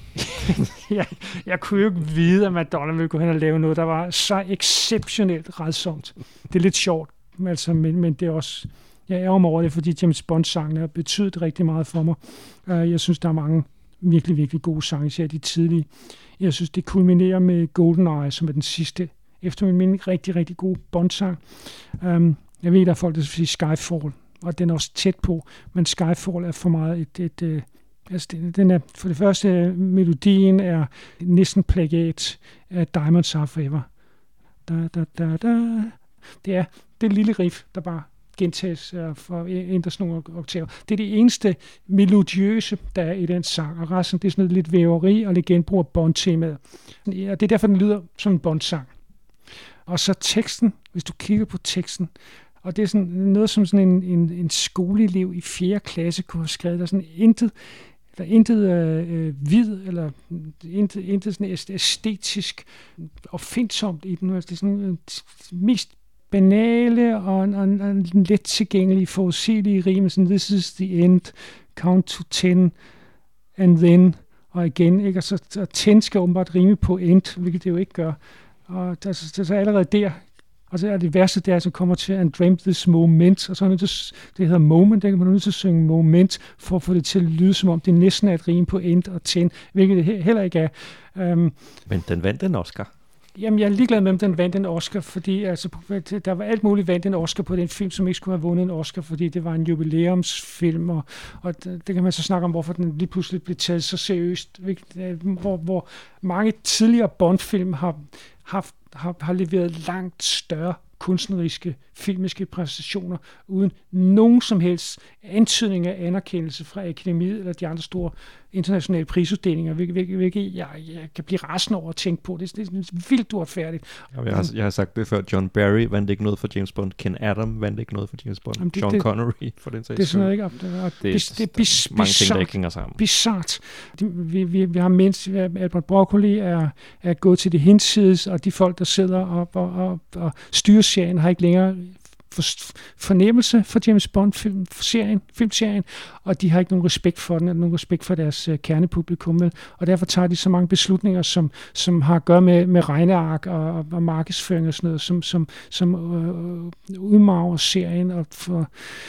jeg, jeg kunne jo ikke vide, at Madonna ville gå hen og lave noget, der var så exceptionelt rædsomt. Det er lidt sjovt, altså, men, men det er også... Jeg ærger mig over det, fordi James Bond-sangene har betydet rigtig meget for mig. Jeg synes, der er mange virkelig, virkelig gode sange, især de tidlige. Jeg synes, det kulminerer med GoldenEye, som er den sidste, efter min mening, rigtig, rigtig god Bond-sang. Um, jeg ved, der er folk, der siger Skyfall, og den er også tæt på, men Skyfall er for meget et... et, et altså, den er, for det første, melodien er næsten plagiat af Diamonds Are Forever. Da, da, da, da. Det er det lille riff, der bare gentages uh, for at ændre sådan nogle oktaver. Det er det eneste melodiøse, der er i den sang, og resten det er sådan noget lidt væveri og lidt genbrug af Bond-temaet. Og det er derfor, den lyder som en Bond-sang. Og så teksten, hvis du kigger på teksten, og det er sådan noget, som sådan en, en, en skoleelev i fjerde klasse kunne have skrevet, der er sådan intet, der er intet øh, hvid, eller intet, intet sådan æstetisk opfindsomt i den. Det er sådan øh, mest banale og, og, og let tilgængelige, forudsigelige rim, sådan, this is the end, count to ten, and then, og igen, ikke? Og så og ten skal åbenbart rime på end, hvilket det jo ikke gør. Og der, så, så allerede der, og så er det værste, det er, så kommer til and dream this moment, og så er det, det hedder moment, der kan man nødt til at synge moment, for at få det til at lyde, som om det næsten er et rim på end og ten, hvilket det heller ikke er. Um, Men den vandt en Oscar. Jamen, jeg er ligeglad med, om den vandt en Oscar, fordi altså, der var alt muligt vandt en Oscar på den film, som ikke skulle have vundet en Oscar, fordi det var en jubilæumsfilm, og, og det, det kan man så snakke om, hvorfor den lige pludselig blev taget så seriøst, hvor, hvor mange tidligere Bond-film har, har, har, har leveret langt større kunstneriske, filmiske præstationer, uden nogen som helst antydning af anerkendelse fra akademiet eller de andre store internationale prisuddelinger, hvilket, hvilket jeg, jeg kan blive rasende over at tænke på. Det er, det er vildt uretfærdigt. Jeg har, jeg har sagt det før, John Barry vandt ikke noget for James Bond, Ken Adam vandt ikke noget for James Bond, Jamen det, John det, Connery for den sags. Det er sådan noget, ikke? Det, det, det, det er bis, mange ting, der ikke hænger sammen. Bizarrt. Vi, vi, vi har mindst, Albert Broccoli er, er gået til det hinsides, og de folk, der sidder op og, og, og styrer serien, har ikke længere for, fornemmelse for James Bond-film, serien, filmserien, og de har ikke nogen respekt for den, eller nogen respekt for deres uh, kernepublikum med, og derfor tager de så mange beslutninger, som, som har at gøre med, med regneark og, og, og markedsføring og sådan noget, som, som, som uh, udmarver serien og for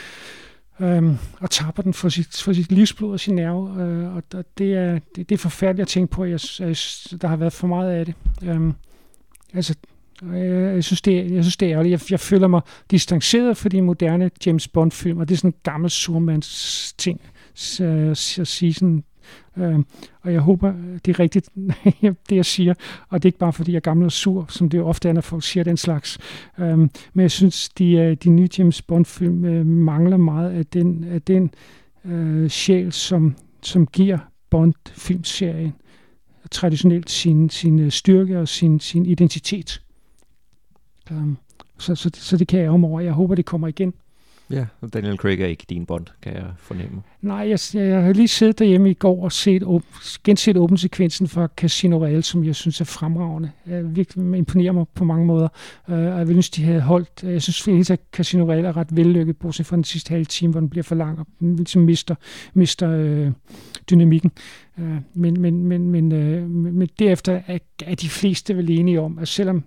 Øhm, og tapper den for sit, for sit livsblod og sin nerve, øh, og det er, det, det er forfærdeligt at tænke på, at jeg, jeg, der har været for meget af det. Øhm, altså, jeg, jeg, synes, det er, jeg synes, det er ærgerligt. Jeg, jeg føler mig distanceret for de moderne James Bond-film, og det er sådan en gammel surmands ting at sige sådan. Øh, og jeg håber, det er rigtigt, det jeg siger, og det er ikke bare fordi jeg er gammel og sur, som det jo ofte er, når folk siger den slags. Øh, men jeg synes, de, de nye James Bond-film øh, mangler meget af den, af den øh, sjæl, som, som giver Bond-filmserien traditionelt sin, sin styrke og sin, sin identitet. Øh, så, så, så det kan jeg om over. Jeg håber, det kommer igen. Ja, Daniel Craig er ikke din Bond, kan jeg fornemme. Nej, jeg, jeg har lige siddet derhjemme i går og set, genset åbningssekvensen fra Casino Royale, som jeg synes er fremragende. Jeg virkelig imponerer mig på mange måder. Og jeg vil ønske, de havde holdt. Jeg synes, at Casino Royale er ret vellykket, bortset fra den sidste halve time, hvor den bliver for lang og ligesom mister, mister øh, dynamikken. Øh, men, men, men, men, øh, men derefter er, er de fleste vel enige om, at selvom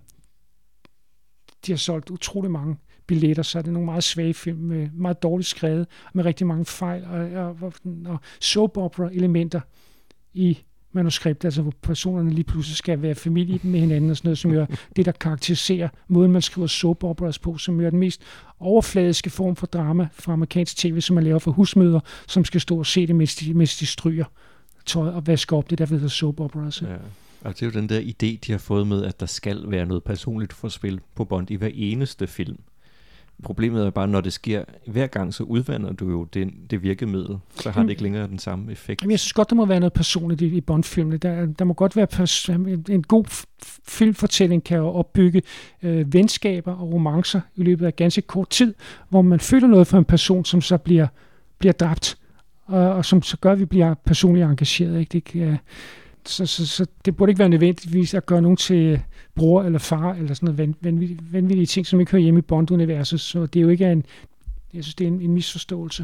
de har solgt utrolig mange billetter, så er det nogle meget svage film med meget dårligt skrevet, med rigtig mange fejl og, og, og soap opera elementer i manuskriptet, altså hvor personerne lige pludselig skal være familie med hinanden og sådan noget, som jo er det, der karakteriserer måden, man skriver soap operas på, som jo er den mest overfladiske form for drama fra amerikansk tv, som man laver for husmødre, som skal stå og se det, mens de, mens de stryger tøj og vasker op. Det der hedder soap operas. Ja. Og det er jo den der idé, de har fået med, at der skal være noget personligt for spil på Bond i hver eneste film. Problemet er bare, når det sker hver gang, så udvander du jo det, det virkemiddel. Så har det ikke længere den samme effekt. Jamen, jeg synes godt, der må være noget personligt i, i Bond-filmene. Der, der må godt være pers- en god f- filmfortælling kan jo opbygge øh, venskaber og romancer i løbet af ganske kort tid, hvor man føler noget for en person, som så bliver, bliver dræbt, og, og som så gør, at vi bliver personligt engageret. Ikke? Det, øh, så, så, så det burde ikke være nødvendigvis at gøre nogen til bror eller far, eller sådan noget vanvittige, vanvittige ting, som ikke hører hjemme i Bond-universet. Så det er jo ikke en, jeg synes, det er en, en misforståelse.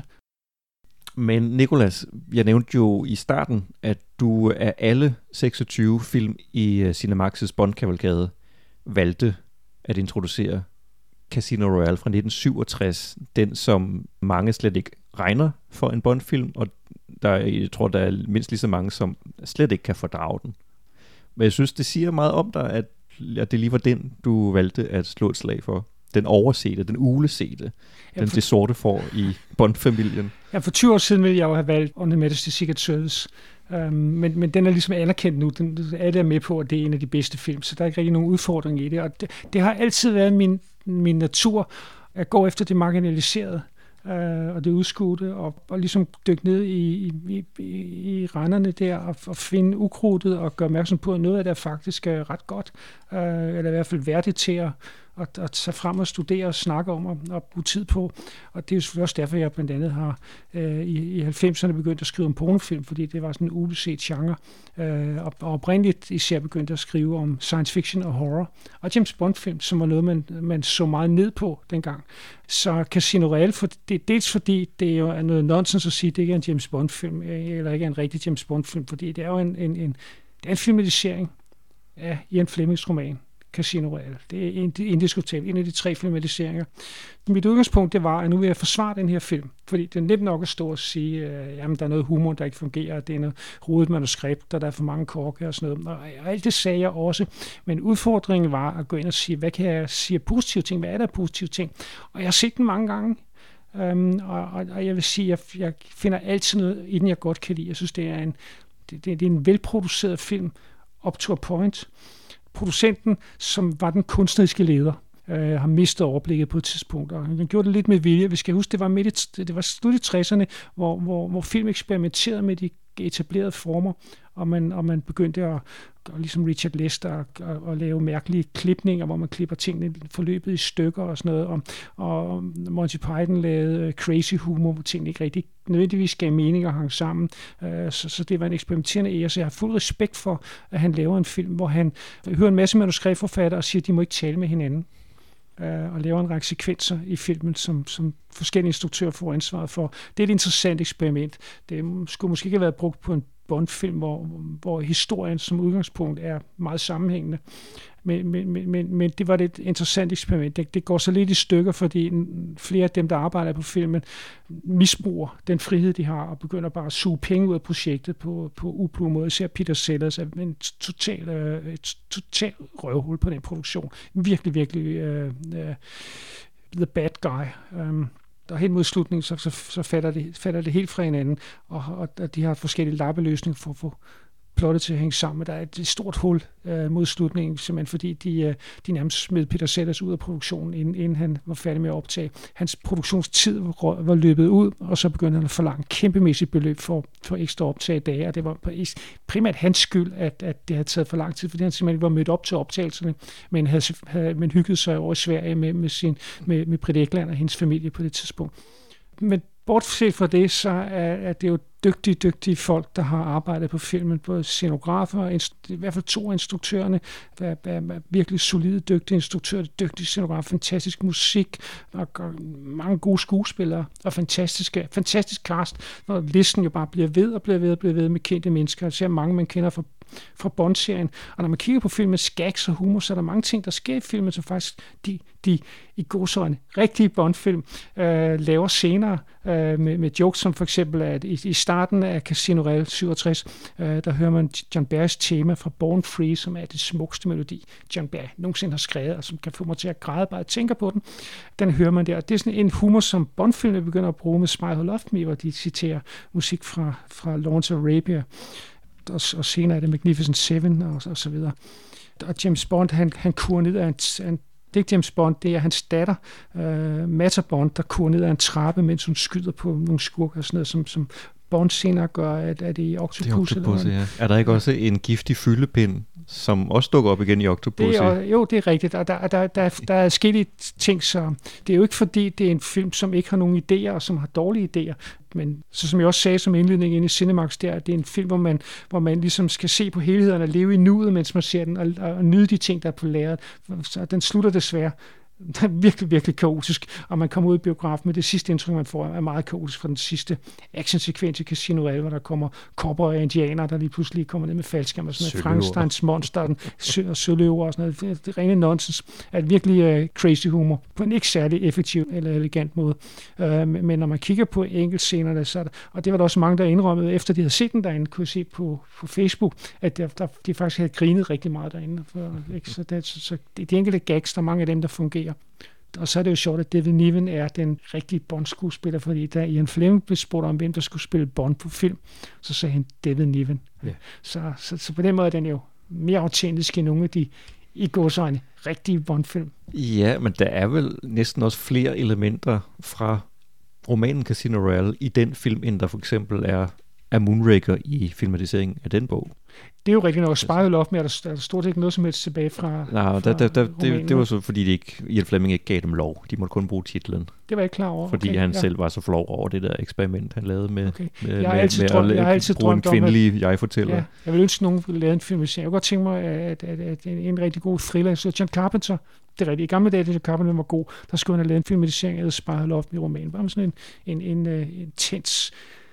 Men Nicolas, jeg nævnte jo i starten, at du af alle seksogtyve film i Cinemax's Bond-kavalkade valgte at introducere Casino Royale fra nitten syvogtres, den som mange slet ikke regner for en Bond-film, og der, jeg tror, der er mindst lige så mange, som slet ikke kan fordrage den. Men jeg synes, det siger meget om dig, at, at det lige var den, du valgte at slå et slag for. Den oversete, den ulesete, ja, den for... det sorte får i Bond-familien. Ja, for tyve år siden ville jeg jo have valgt On Her Majesty's Secret Service. Um, men, men den er ligesom anerkendt nu. Den, alle er med på, at det er en af de bedste film, så der er ikke rigtig nogen udfordring i det. Og det, det har altid været min, min natur at gå efter det marginaliserede uh, og det udskudte, og, og ligesom dykke ned i, i, i, i randerne der, og, og finde ukrudtet, og gøre opmærksom på, at noget af det er faktisk uh, ret godt, uh, eller i hvert fald værdigt til at og, og tage frem og studere og snakke om og, og bruge tid på. Og det er jo selvfølgelig også derfor, jeg blandt andet har øh, i, i halvfemserne begyndt at skrive om pornofilm, fordi det var sådan en ubeset genre. Øh, og, og oprindeligt især begyndt at skrive om science fiction og horror. Og James Bond-film, som var noget, man, man så meget ned på dengang. Så Casino Royale, for det er dels fordi, det jo er noget nonsens at sige, at det ikke er en James Bond-film, eller ikke er en rigtig James Bond-film, fordi det er jo en, en, en, det er en filmatisering af Ian Flemings roman Casino Royale. Det er indiskutabelt. En af de tre filmatiseringer. Mit udgangspunkt, det var, at nu vil jeg forsvare den her film, fordi det er nemt nok at stå og sige, at jamen, der er noget humor, der ikke fungerer, det er noget rodet manuskript, og der er for mange korke og sådan noget. Og alt det sagde jeg også. Men udfordringen var at gå ind og sige, hvad kan jeg sige positive ting? Hvad er der positive ting? Og jeg har set den mange gange. Um, og, og, og jeg vil sige, at jeg, jeg finder altid noget i den, jeg godt kan lide. Jeg synes, det er en, det, det, det er en velproduceret film, up to a point. Producenten, som var den kunstneriske leder, øh, har mistet overblikket på et tidspunkt, og han gjorde det lidt med vilje. Vi skal huske, det var, midt i, det var slut i tresserne, hvor, hvor, hvor film eksperimenterede med de etablerede former, og man, og man begyndte at, og ligesom Richard Lester, at, at, at lave mærkelige klipninger, hvor man klipper tingene forløbet i stykker og sådan noget, og, og Monty Python lavede crazy humor, hvor tingene ikke rigtig nødvendigvis gav mening og hang sammen. Så, så det var en eksperimenterende ære, så jeg har fuld respekt for, at han laver en film, hvor han hører en masse manuskriptforfattere og siger, at de må ikke tale med hinanden, og laver en række sekvenser i filmen, som, som forskellige instruktører får ansvaret for. Det er et interessant eksperiment. Det skulle måske ikke have været brugt på en Bond-film, hvor, hvor historien som udgangspunkt er meget sammenhængende. Men, men, men, men det var et interessant eksperiment. Det, det går så lidt i stykker, fordi flere af dem, der arbejder på filmen, misbruger den frihed, de har, og begynder bare at suge penge ud af projektet på, på ublu måde. Især Peter Sellers er en total, øh, et total røvhul på den produktion. Virkelig, virkelig uh, uh, the bad guy. Um, Og hen mod slutningen, så, så, så fatter, det, fatter det helt fra hinanden, og, og, og de har forskellige lappeløsninger for at få plottet til at hænge sammen. Der er et stort hul øh, mod slutningen, simpelthen fordi de, øh, de nærmest smed Peter Sellers ud af produktionen, inden, inden han var færdig med at optage. Hans produktionstid var, var løbet ud, og så begyndte han at forlange kæmpemæssigt beløb for, for ekstra optagedage, og det var primært hans skyld, at, at det havde taget for lang tid, fordi han simpelthen var mødt op til optagelserne, men havde, havde men hyggede sig over i Sverige med, med, sin, med, med Britt Ekland og hendes familie på det tidspunkt. Men bortset fra det, så er, er det jo dygtige, dygtige folk, der har arbejdet på filmen, både scenografer og i hvert fald to af instruktørerne, er, er, er virkelig solide, dygtige instruktører, dygtige scenografer, fantastisk musik, og, og mange gode skuespillere, og fantastiske, fantastisk cast, hvor listen jo bare bliver ved og bliver ved og bliver ved med kendte mennesker. Jeg ser mange, man kender fra fra Bond-serien. Og når man kigger på filmens gags og humor, så er der mange ting, der sker i filmen, som faktisk de, de i godsøjne rigtige Bond-film øh, laver senere øh, med, med jokes, som for eksempel at i, i starten af Casino Royale syvogtres, øh, der hører man John Barrys tema fra Born Free, som er det smukkeste melodi, John Barry nogensinde har skrevet, og som kan få mig til at græde bare at tænke på den. Den hører man der. Det er sådan en humor, som Bond-filmene begynder at bruge med Smile Who Loved Me, hvor de citerer musik fra, fra Lawrence of Arabia, og, og senere er det Magnificent Seven og, og så videre. Og James Bond, han, han kurer ned af en, en det er ikke James Bond, det er hans datter, uh, Mata Bond, der kurer ned af en trappe, mens hun skyder på nogle skurker og sådan noget, som, som Bond senere gør, at, at det i Octopus. Det er, Octopus, ja. Er der ikke også en giftig fyldepind, som også dukker op igen i Octopus? Det er, jo, det er rigtigt. Og der, der, der, der er forskellige ting, så det er jo ikke fordi, det er en film, som ikke har nogen idéer, og som har dårlige idéer. Men så som jeg også sagde som indledning inde i Cinemax, der, det er en film, hvor man, hvor man ligesom skal se på helheden og leve i nuet, mens man ser den, og, og nyde de ting, der er på lærret. Så den slutter desværre. Det er virkelig, virkelig kaotisk, og man kommer ud i biografen med det sidste indtryk, man får, er meget kaotisk fra den sidste actionsekvens i Casino Royale, hvor der kommer kopper og indianer, der lige pludselig kommer ned med faldskærm og sådan noget, Frankensteins monster og sø- og søløver og sådan noget. Det er rene nonsens. Er virkelig uh, crazy humor på en ikke særlig effektiv eller elegant måde. Uh, men når man kigger på enkeltscenerne, så er der, og det var der også mange, der indrømmede, efter de havde set den derinde, kunne se på, på Facebook, at der, der, de faktisk havde grinet rigtig meget derinde. For, ikke? Så, det, så, så de, de enkelte gags, der er mange af dem, der fungerer. Og så er det jo sjovt, at David Niven er den rigtige Bond-skuespiller, fordi da Ian Fleming blev spurgt om, hvem der skulle spille Bond på film, så sagde han David Niven. Ja. Så, så, så på den måde er den jo mere autentisk end nogle af de i gåseøjne rigtige Bond-film. Ja, men der er vel næsten også flere elementer fra romanen Casino Royale i den film, end der for eksempel er, er Moonraker i filmatiseringen af den bog. Det er jo rigtig nok. Spejlet op med, at der er stort ikke noget som helst tilbage fra Nej, fra der, der, der, det, det var så, fordi det ikke, Ian Fleming ikke gav dem lov. De måtte kun bruge titlen. Det var jeg ikke klar over. Fordi okay, han ja. selv var så flov over det der eksperiment, han lavede med, okay. med, jeg har altid med, drømt, med jeg har altid at bruge en kvindelig at, jeg-fortæller. Ja, jeg vil ønske, at nogen ville lave en film. Jeg kunne godt tænke mig, at, at, at en, en rigtig god thriller. Så John Carpenter, det er rigtigt. I gamle dage, John Carpenter var god. Der skulle han have lavet en filmatisering af Spejlet op i romanen. Bare sådan en, en, en, en intens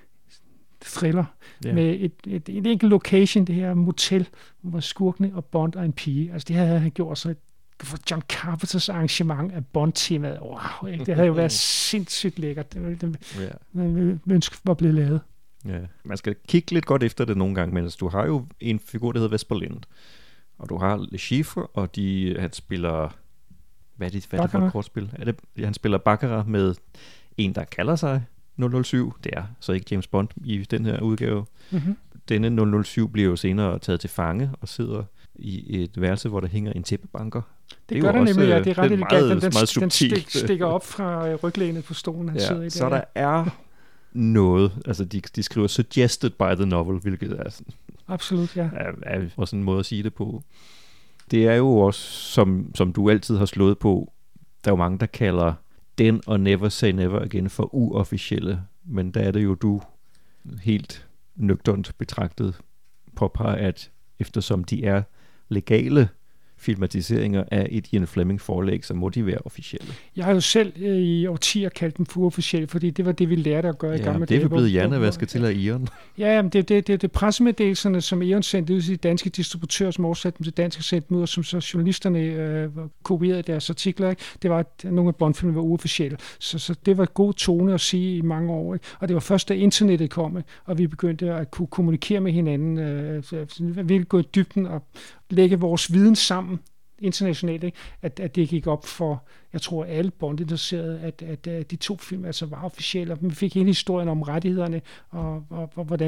thriller ja. med et, et, et enkelt location, det her motel, hvor skurkene og Bond og en pige. Altså det havde han gjort så for John Carpenters arrangement af Bond-temaet. Wow, ikke? Det havde jo været sindssygt lækkert. Det, det, ja. Man ønske var blevet lavet. Ja. Man skal kigge lidt godt efter det nogle gange, men du har jo en figur, der hedder Vesper Lind, og du har Le Chiffre, og de, han spiller hvad er det, hvad er det for et kortspil? Er det, han spiller Baccarat med en, der kalder sig nul nul syv. Det er så ikke James Bond i den her udgave. Mm-hmm. Denne nul nul syv bliver jo senere taget til fange og sidder i et værelse, hvor der hænger en tæppebanker. Det, det gør den nemlig, ja. Det er ret elegant. Den, den, den stik, stikker op fra ryglænet på stolen, han ja, sidder i. Så der er noget, altså de, de skriver suggested by the novel, hvilket er sådan, absolut, ja. Er, er også en måde at sige det på. Det er jo også, som, som du altid har slået på, der er jo mange, der kalder den og Never Say Never Again for uofficielle, men der er det jo, du helt nøgternt betragtet påpeger, at eftersom de er legale filmatiseringer af et Ian Fleming forlæg, så må de være officielle. Jeg har jo selv øh, i årtier kaldt dem for uofficielle, fordi det var det, vi lærte at gøre ja, i gamle dage. dage. Det er blevet hjernevasket til af Eon. Ja, jamen det er det, det, det pressemeddelelserne, som Eon sendte ud til de danske distributører, som oversatte dem til dansk og sendte dem ud, og som så journalisterne øh, kopierede deres artikler. Ikke? Det var, at nogle af Bondfilmene var uofficielle. Så, så det var god tone at sige i mange år. Ikke? Og det var først, da internettet kom, og vi begyndte at kunne kommunikere med hinanden. Øh, vi ville gå i dybden og lægge vores viden sammen internationalt, ikke? At, at det gik op for, jeg tror, alle Bond-interesserede, at, at, at de to film altså var officielle, og vi fik hele historien om rettighederne, og, og, og hvordan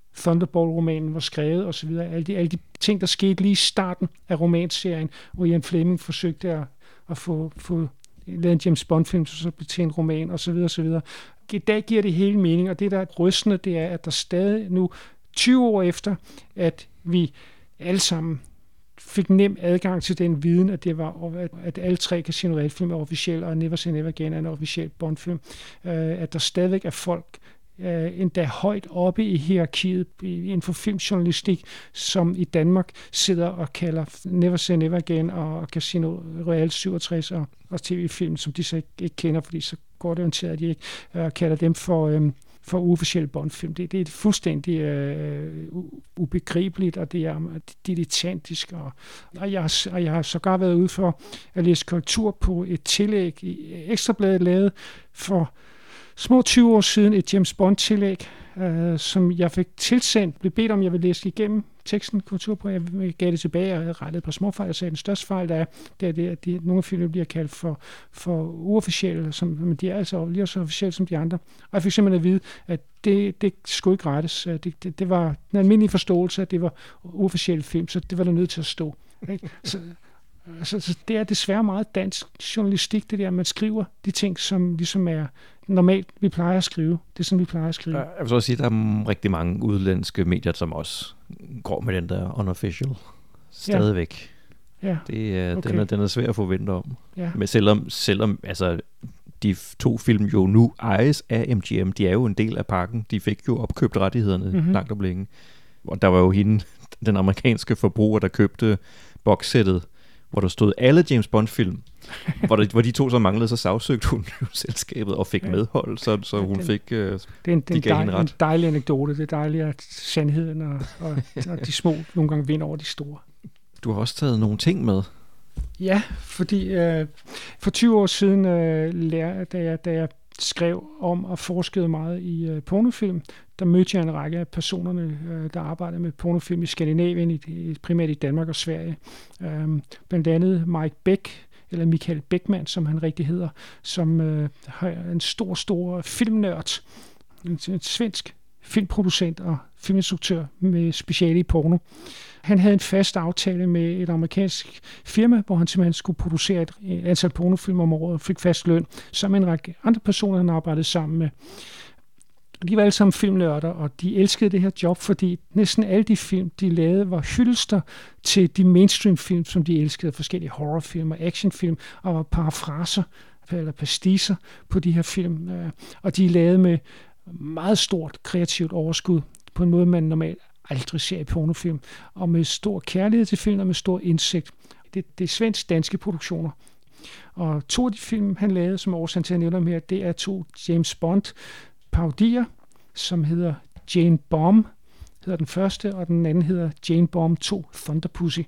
Thunderball-romanen var skrevet og så videre. Alle de, alle de ting, der skete lige i starten af romanserien, hvor Ian Fleming forsøgte at, at få, få lavet en James Bond-film, så blev til en roman og så videre og så videre. I dag giver det hele mening, og det, der er rystende, det er, at der stadig nu tyve år efter, at vi alle sammen fik nem adgang til den viden, at det var, at alle tre Casino Royale-film er officielle, og Never Say Never Again er en officiel Bond-film, at der stadigvæk er folk, endda højt oppe i hierarkiet inden for filmjournalistik, som i Danmark sidder og kalder Never Say Never Again og Casino Royale syvogtres og, og tv-film, som de så ikke, ikke kender, fordi så går det orienteret, at de ikke uh, kalder dem for, um, for uofficielle Bond-film. Det, det er fuldstændig uh, ubegribeligt, og det er dilettantisk. Og, og, jeg, og jeg har sågar været ude for at læse korrektur på et tillæg i Ekstrabladet lavet for små tyve år siden, et James Bond-tillæg, øh, som jeg fik tilsendt, blev bedt om, jeg ville læse igennem teksten, korrektur på, jeg gav det tilbage, og jeg havde rettet et par småfejl, og sagde, den største fejl, der er, det er det, at de, nogle af filmene bliver kaldt for, for uofficielle, som, men de er altså lige så officielle som de andre. Og jeg fik simpelthen at vide, at det, det skulle ikke rettes. Det, det, det var en almindelig forståelse, at det var uofficielle film, så det var der nødt til at stå. Ikke? Så, Så, så det er desværre meget dansk journalistik, det der, man skriver de ting, som ligesom er normalt, vi plejer at skrive. Det er sådan, vi plejer at skrive. Jeg vil så også sige, at der er rigtig mange udenlandske medier, som også går med den der unofficial stadigvæk. Ja. Ja. Det er, Okay. den, er, den er svær at forvente om. Ja. Men selvom, selvom altså, de to film jo nu ejes af M G M, de er jo en del af pakken. De fik jo opkøbt rettighederne Mhm. langt om længe. Og der var jo hende, den amerikanske forbruger, der købte boxsættet, hvor der stod alle James Bond-film, hvor, der, hvor de to så manglede, så sagsøgte hun jo selskabet og fik Ja. medhold, så, så Ja, hun den- fik, øh, Det er en, de en, gav dej, hende en ret. dejlig anekdote. Det er dejligt, at sandheden og, og, og de små nogle gange vinder over de store. Du har også taget nogle ting med. Ja, fordi øh, for tyve år siden, øh, lær, da, jeg, da jeg skrev om og forskede meget i øh, pornofilm, der mødte jeg en række af personerne, øh, der arbejdede med pornofilm i Skandinavien, i, i, primært i Danmark og Sverige. Øhm, blandt andet Mike Beck, eller Michael Beckmann, som han rigtig hedder, som øh, har en stor, stor filmnørd, en, en svensk filmproducent og filminstruktør med speciale i porno. Han havde en fast aftale med et amerikansk firma, hvor han simpelthen skulle producere et antal pornofilm om året og fik fast løn, sammen med en række andre personer, han arbejdede sammen med. De var alle sammen filmnørder, og de elskede det her job, fordi næsten alle de film, de lavede, var hyldester til de mainstream-film, som de elskede. Forskellige horrorfilm og actionfilm, og var parafraser eller pastiser på de her film. Og de lavede med meget stort kreativt overskud, på en måde, man normalt aldrig ser i pornofilm, og med stor kærlighed til film og med stor indsigt. Det, det er svensk-danske produktioner. Og to af de film, han lavede, som årsagen til at nævne dem her, det er to James Bond parodier, som hedder Jane Bomb, hedder den første, og den anden hedder Jane Bomb to Thunder Pussy.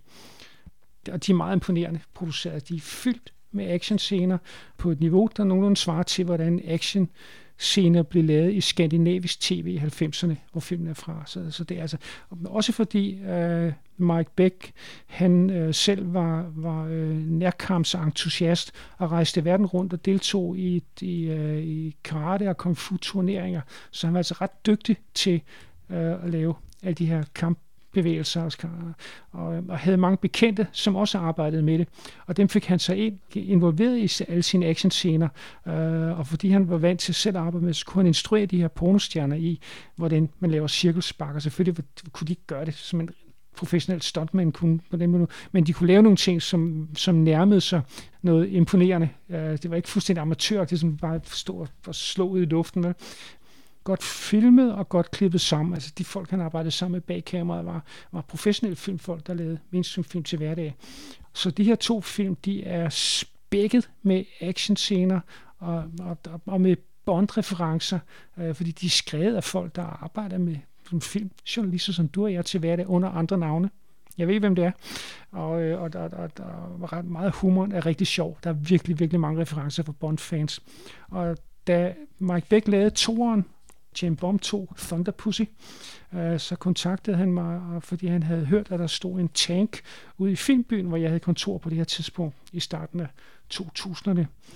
Og de er meget imponerende produceret. De er fyldt med actionscener på et niveau, der nogenlunde svarer til, hvordan action scener blev lavet i skandinavisk tv i halvfemserne, hvor filmen er fra. Så, så det er altså også fordi øh, Mike Beck, han øh, selv var, var øh, nærkampsentusiast og rejste verden rundt og deltog i, i, øh, i karate og kung fu turneringer, så han var altså ret dygtig til øh, at lave alle de her kamp bevægelser og, og, og havde mange bekendte, som også arbejdede med det. Og dem fik han så ind, involveret i alle sine actionscener, øh, og fordi han var vant til selv at arbejde med, så kunne han instruere de her pornostjerner i, hvordan man laver cirkelspark, og selvfølgelig kunne de ikke gøre det som en professionel stuntman kunne på den måde, men de kunne lave nogle ting, som, som nærmede sig noget imponerende. Øh, det var ikke fuldstændig amatør, det som bare stod og slå ud i luften, vel? Godt filmet og godt klippet sammen. Altså de folk, han arbejdede sammen med bag kameraet, var, var professionelle filmfolk, der lavede mainstream-film til hverdag. Så de her to film, de er spækket med actionscener og, og, og med Bond-referencer, øh, fordi de er skrevet af folk, der arbejder med filmjournalister, som du og jeg til hverdag under andre navne. Jeg ved ikke, hvem det er. Og, øh, og der, der, der var ret meget humor, er rigtig sjov. Der er virkelig, virkelig mange referencer for Bond-fans. Og da Mike Beck lavede toeren, Jane Bomb to Thunder Pussy, øh, så kontaktede han mig, fordi han havde hørt, at der stod en tank ude i Filmbyen, hvor jeg havde kontor på det her tidspunkt i starten af to tusinderne.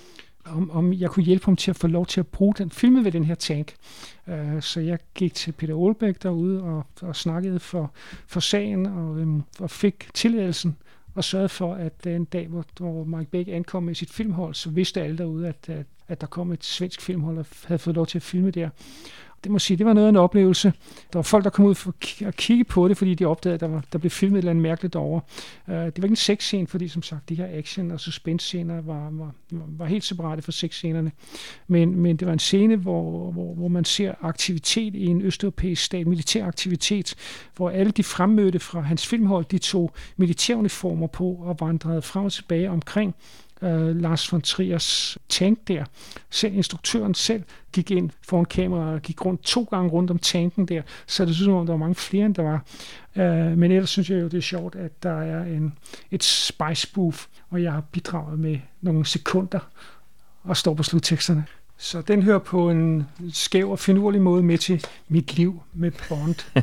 om, om jeg kunne hjælpe ham til at få lov til at bruge den, filme ved den her tank. Uh, så jeg gik til Peter Aalbæk derude og, og snakkede for, for sagen og, um, og fik tilladelsen og sørgede for, at den dag, hvor, hvor Mike Beck ankom med sit filmhold, så vidste alle derude, at, at, at der kom et svensk filmhold og havde fået lov til at filme der. Det må sige, det var noget af en oplevelse. Der var folk, der kom ud for at kigge på det, fordi de opdagede, at der, var, der blev filmet et eller andet mærkeligt derovre. Uh, det var ikke en sexscene, fordi som sagt, de her action- og suspense-scener var, var, var helt separate fra sexscenerne. Men, men det var en scene, hvor, hvor, hvor man ser aktivitet i en østeuropæisk stat, militær aktivitet, hvor alle de fremmødte fra hans filmhold, de tog militæruniformer på og vandrede frem og tilbage omkring Uh, Lars von Triers tank der. Selv instruktøren selv gik ind foran kameraet og gik rundt to gange rundt om tanken der, så det synes jeg, der var mange flere, end der var. Uh, men ellers synes jeg jo, det er sjovt, at der er en, et spice-spoof, og jeg har bidraget med nogle sekunder og står på slutteksterne. Så den hører på en skæv og finurlig måde med til mit liv med Bond.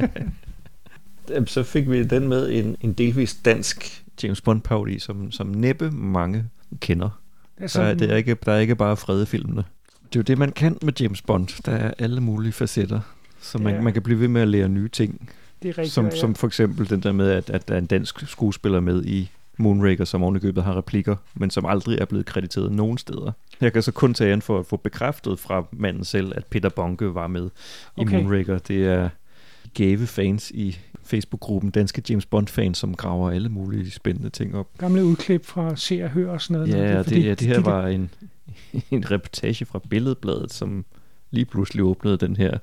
Så fik vi den med en, en delvis dansk James Bond-parodi, som, som næppe mange kender. Altså, der, er, det er ikke, der er ikke bare fredefilmene. Det er jo det, man kan med James Bond. Der er alle mulige facetter, så man, ja. man kan blive ved med at lære nye ting. Det er rigtigt, som, ja. som for eksempel den der med, at, at der er en dansk skuespiller med i Moonraker, som ovenikøbet har replikker, men som aldrig er blevet krediteret nogen steder. Jeg kan så kun tage an for at få bekræftet fra manden selv, at Peter Bonke var med i okay. Moonraker. Det er gave fans i Facebook-gruppen Danske James Bond-fans, som graver alle mulige spændende ting op. Gamle udklip fra Se og Hør og sådan noget. Ja, noget. Det, fordi, ja, det her de, var en, en reportage fra Billedbladet, som lige pludselig åbnede den her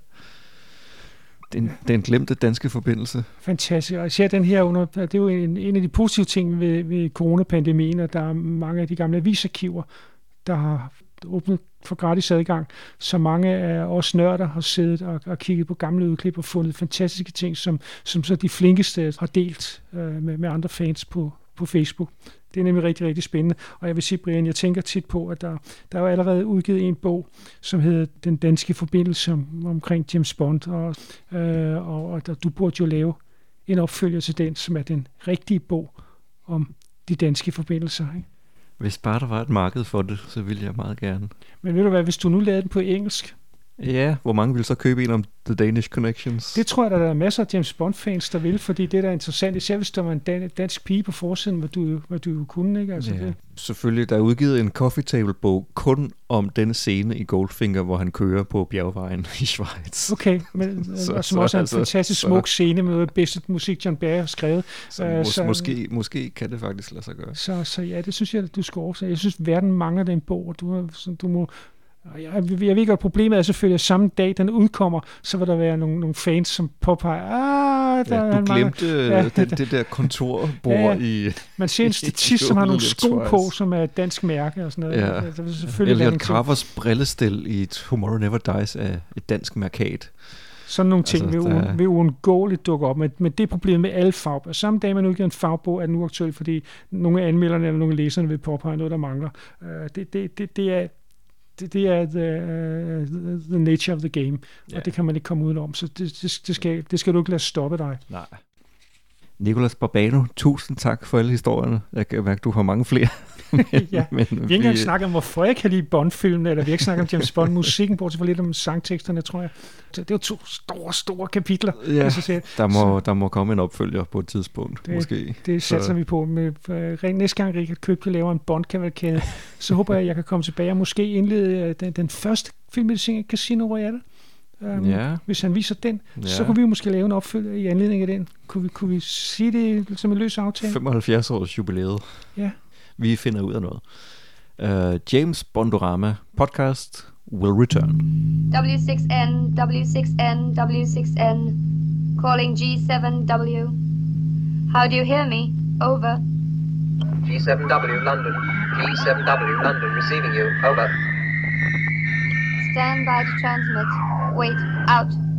den, den glemte danske forbindelse. Fantastisk. Og især den her under, det er jo en, en af de positive ting ved, ved coronapandemien, at der er mange af de gamle avisarkiver, der har åbnet for gratis adgang, så mange af os nørder har siddet og, og kigget på gamle udklip og fundet fantastiske ting, som, som så de flinkeste har delt øh, med, med andre fans på, på Facebook. Det er nemlig rigtig, rigtig spændende. Og jeg vil sige, Brian, jeg tænker tit på, at der, der er jo allerede udgivet en bog, som hedder Den danske forbindelse om, omkring James Bond, og, øh, og, og der, du burde jo lave en opfølger til den, som er den rigtige bog om de danske forbindelser, ikke? Hvis bare der var et marked for det, så ville jeg meget gerne. Men ved du hvad, hvis du nu lavede den på engelsk? Ja, hvor mange vil så købe en om The Danish Connections? Det tror jeg, der er masser af James Bond-fans, der vil, fordi det der er interessant, især hvis der var en dan- dansk pige på forsiden, hvad du, hvad du jo kunne, ikke? Altså ja, det. Selvfølgelig. Der er udgivet en coffee table-bog kun om denne scene i Goldfinger, hvor han kører på bjergvejen i Schweiz. Okay, men, så, og som så, også er en altså, fantastisk så. smuk scene med bedste musik, John Barry har skrevet. Så, uh, mås- så måske, måske kan det faktisk lade sig gøre. Så, så ja, det synes jeg, at du skal også. Jeg synes, verden mangler den bog, og du, du må... Jeg, jeg ved ikke, at problemet er selvfølgelig, at samme dag, den udkommer, så vil der være nogle, nogle fans, som påpeger, ah, der ja, du glemte ja, det, det der kontorbord ja, ja. i... Man ser en statist, som har nogle sko på, som er et dansk mærke og sådan noget. Ja. Der vil selvfølgelig Elliot Carvers brillestel i Tomorrow Never Dies af et dansk mærkat. Sådan nogle ting altså, vil, der... vil uundgåeligt dukke op, men, men det er problemet med alle fagbøger. Samme dag, man udgiver en fagbog, er den uaktuel, fordi nogle af anmelderne eller nogle af læserne vil påpege noget, der mangler. Uh, det, det, det, det er... Det, det er the, uh, the nature of the game, yeah. Og det kan man ikke komme udenom, så det, det, det, skal, det skal du ikke lade stoppe dig. Nej. Nicolas Barbano, tusind tak for alle historierne. Jeg kan mærke, du har mange flere. men, ja. men, vi har ikke engang snakket om, hvorfor jeg kan lide Bond-filmen, eller vi har ikke snakket om James Bond-musikken, bortset for lidt om sangteksterne, tror jeg. Så det er jo to store, store kapitler. Ja, der må, der må komme en opfølger på et tidspunkt, det, måske. Det satser så. vi på. Med, uh, næste gang Richard Købke laver en Bond-kavalkade, så håber jeg, at jeg kan komme tilbage og måske indlede uh, den, den første filmedition, Casino Royale. Um, ja. Hvis han viser den, ja. så kunne vi måske lave en opfølger i anledning af den. Kunne vi, kunne vi sige det som en løs aftale? femoghalvfjerds års jubilæet. Ja. Vi finder ud af noget. Uh, James Bondorama podcast will return. W six N, W six N, W six N, calling G seven W. How do you hear me? Over. G seven W, London. G seven W, London, receiving you. Over. Stand by to transmit. Wait, out.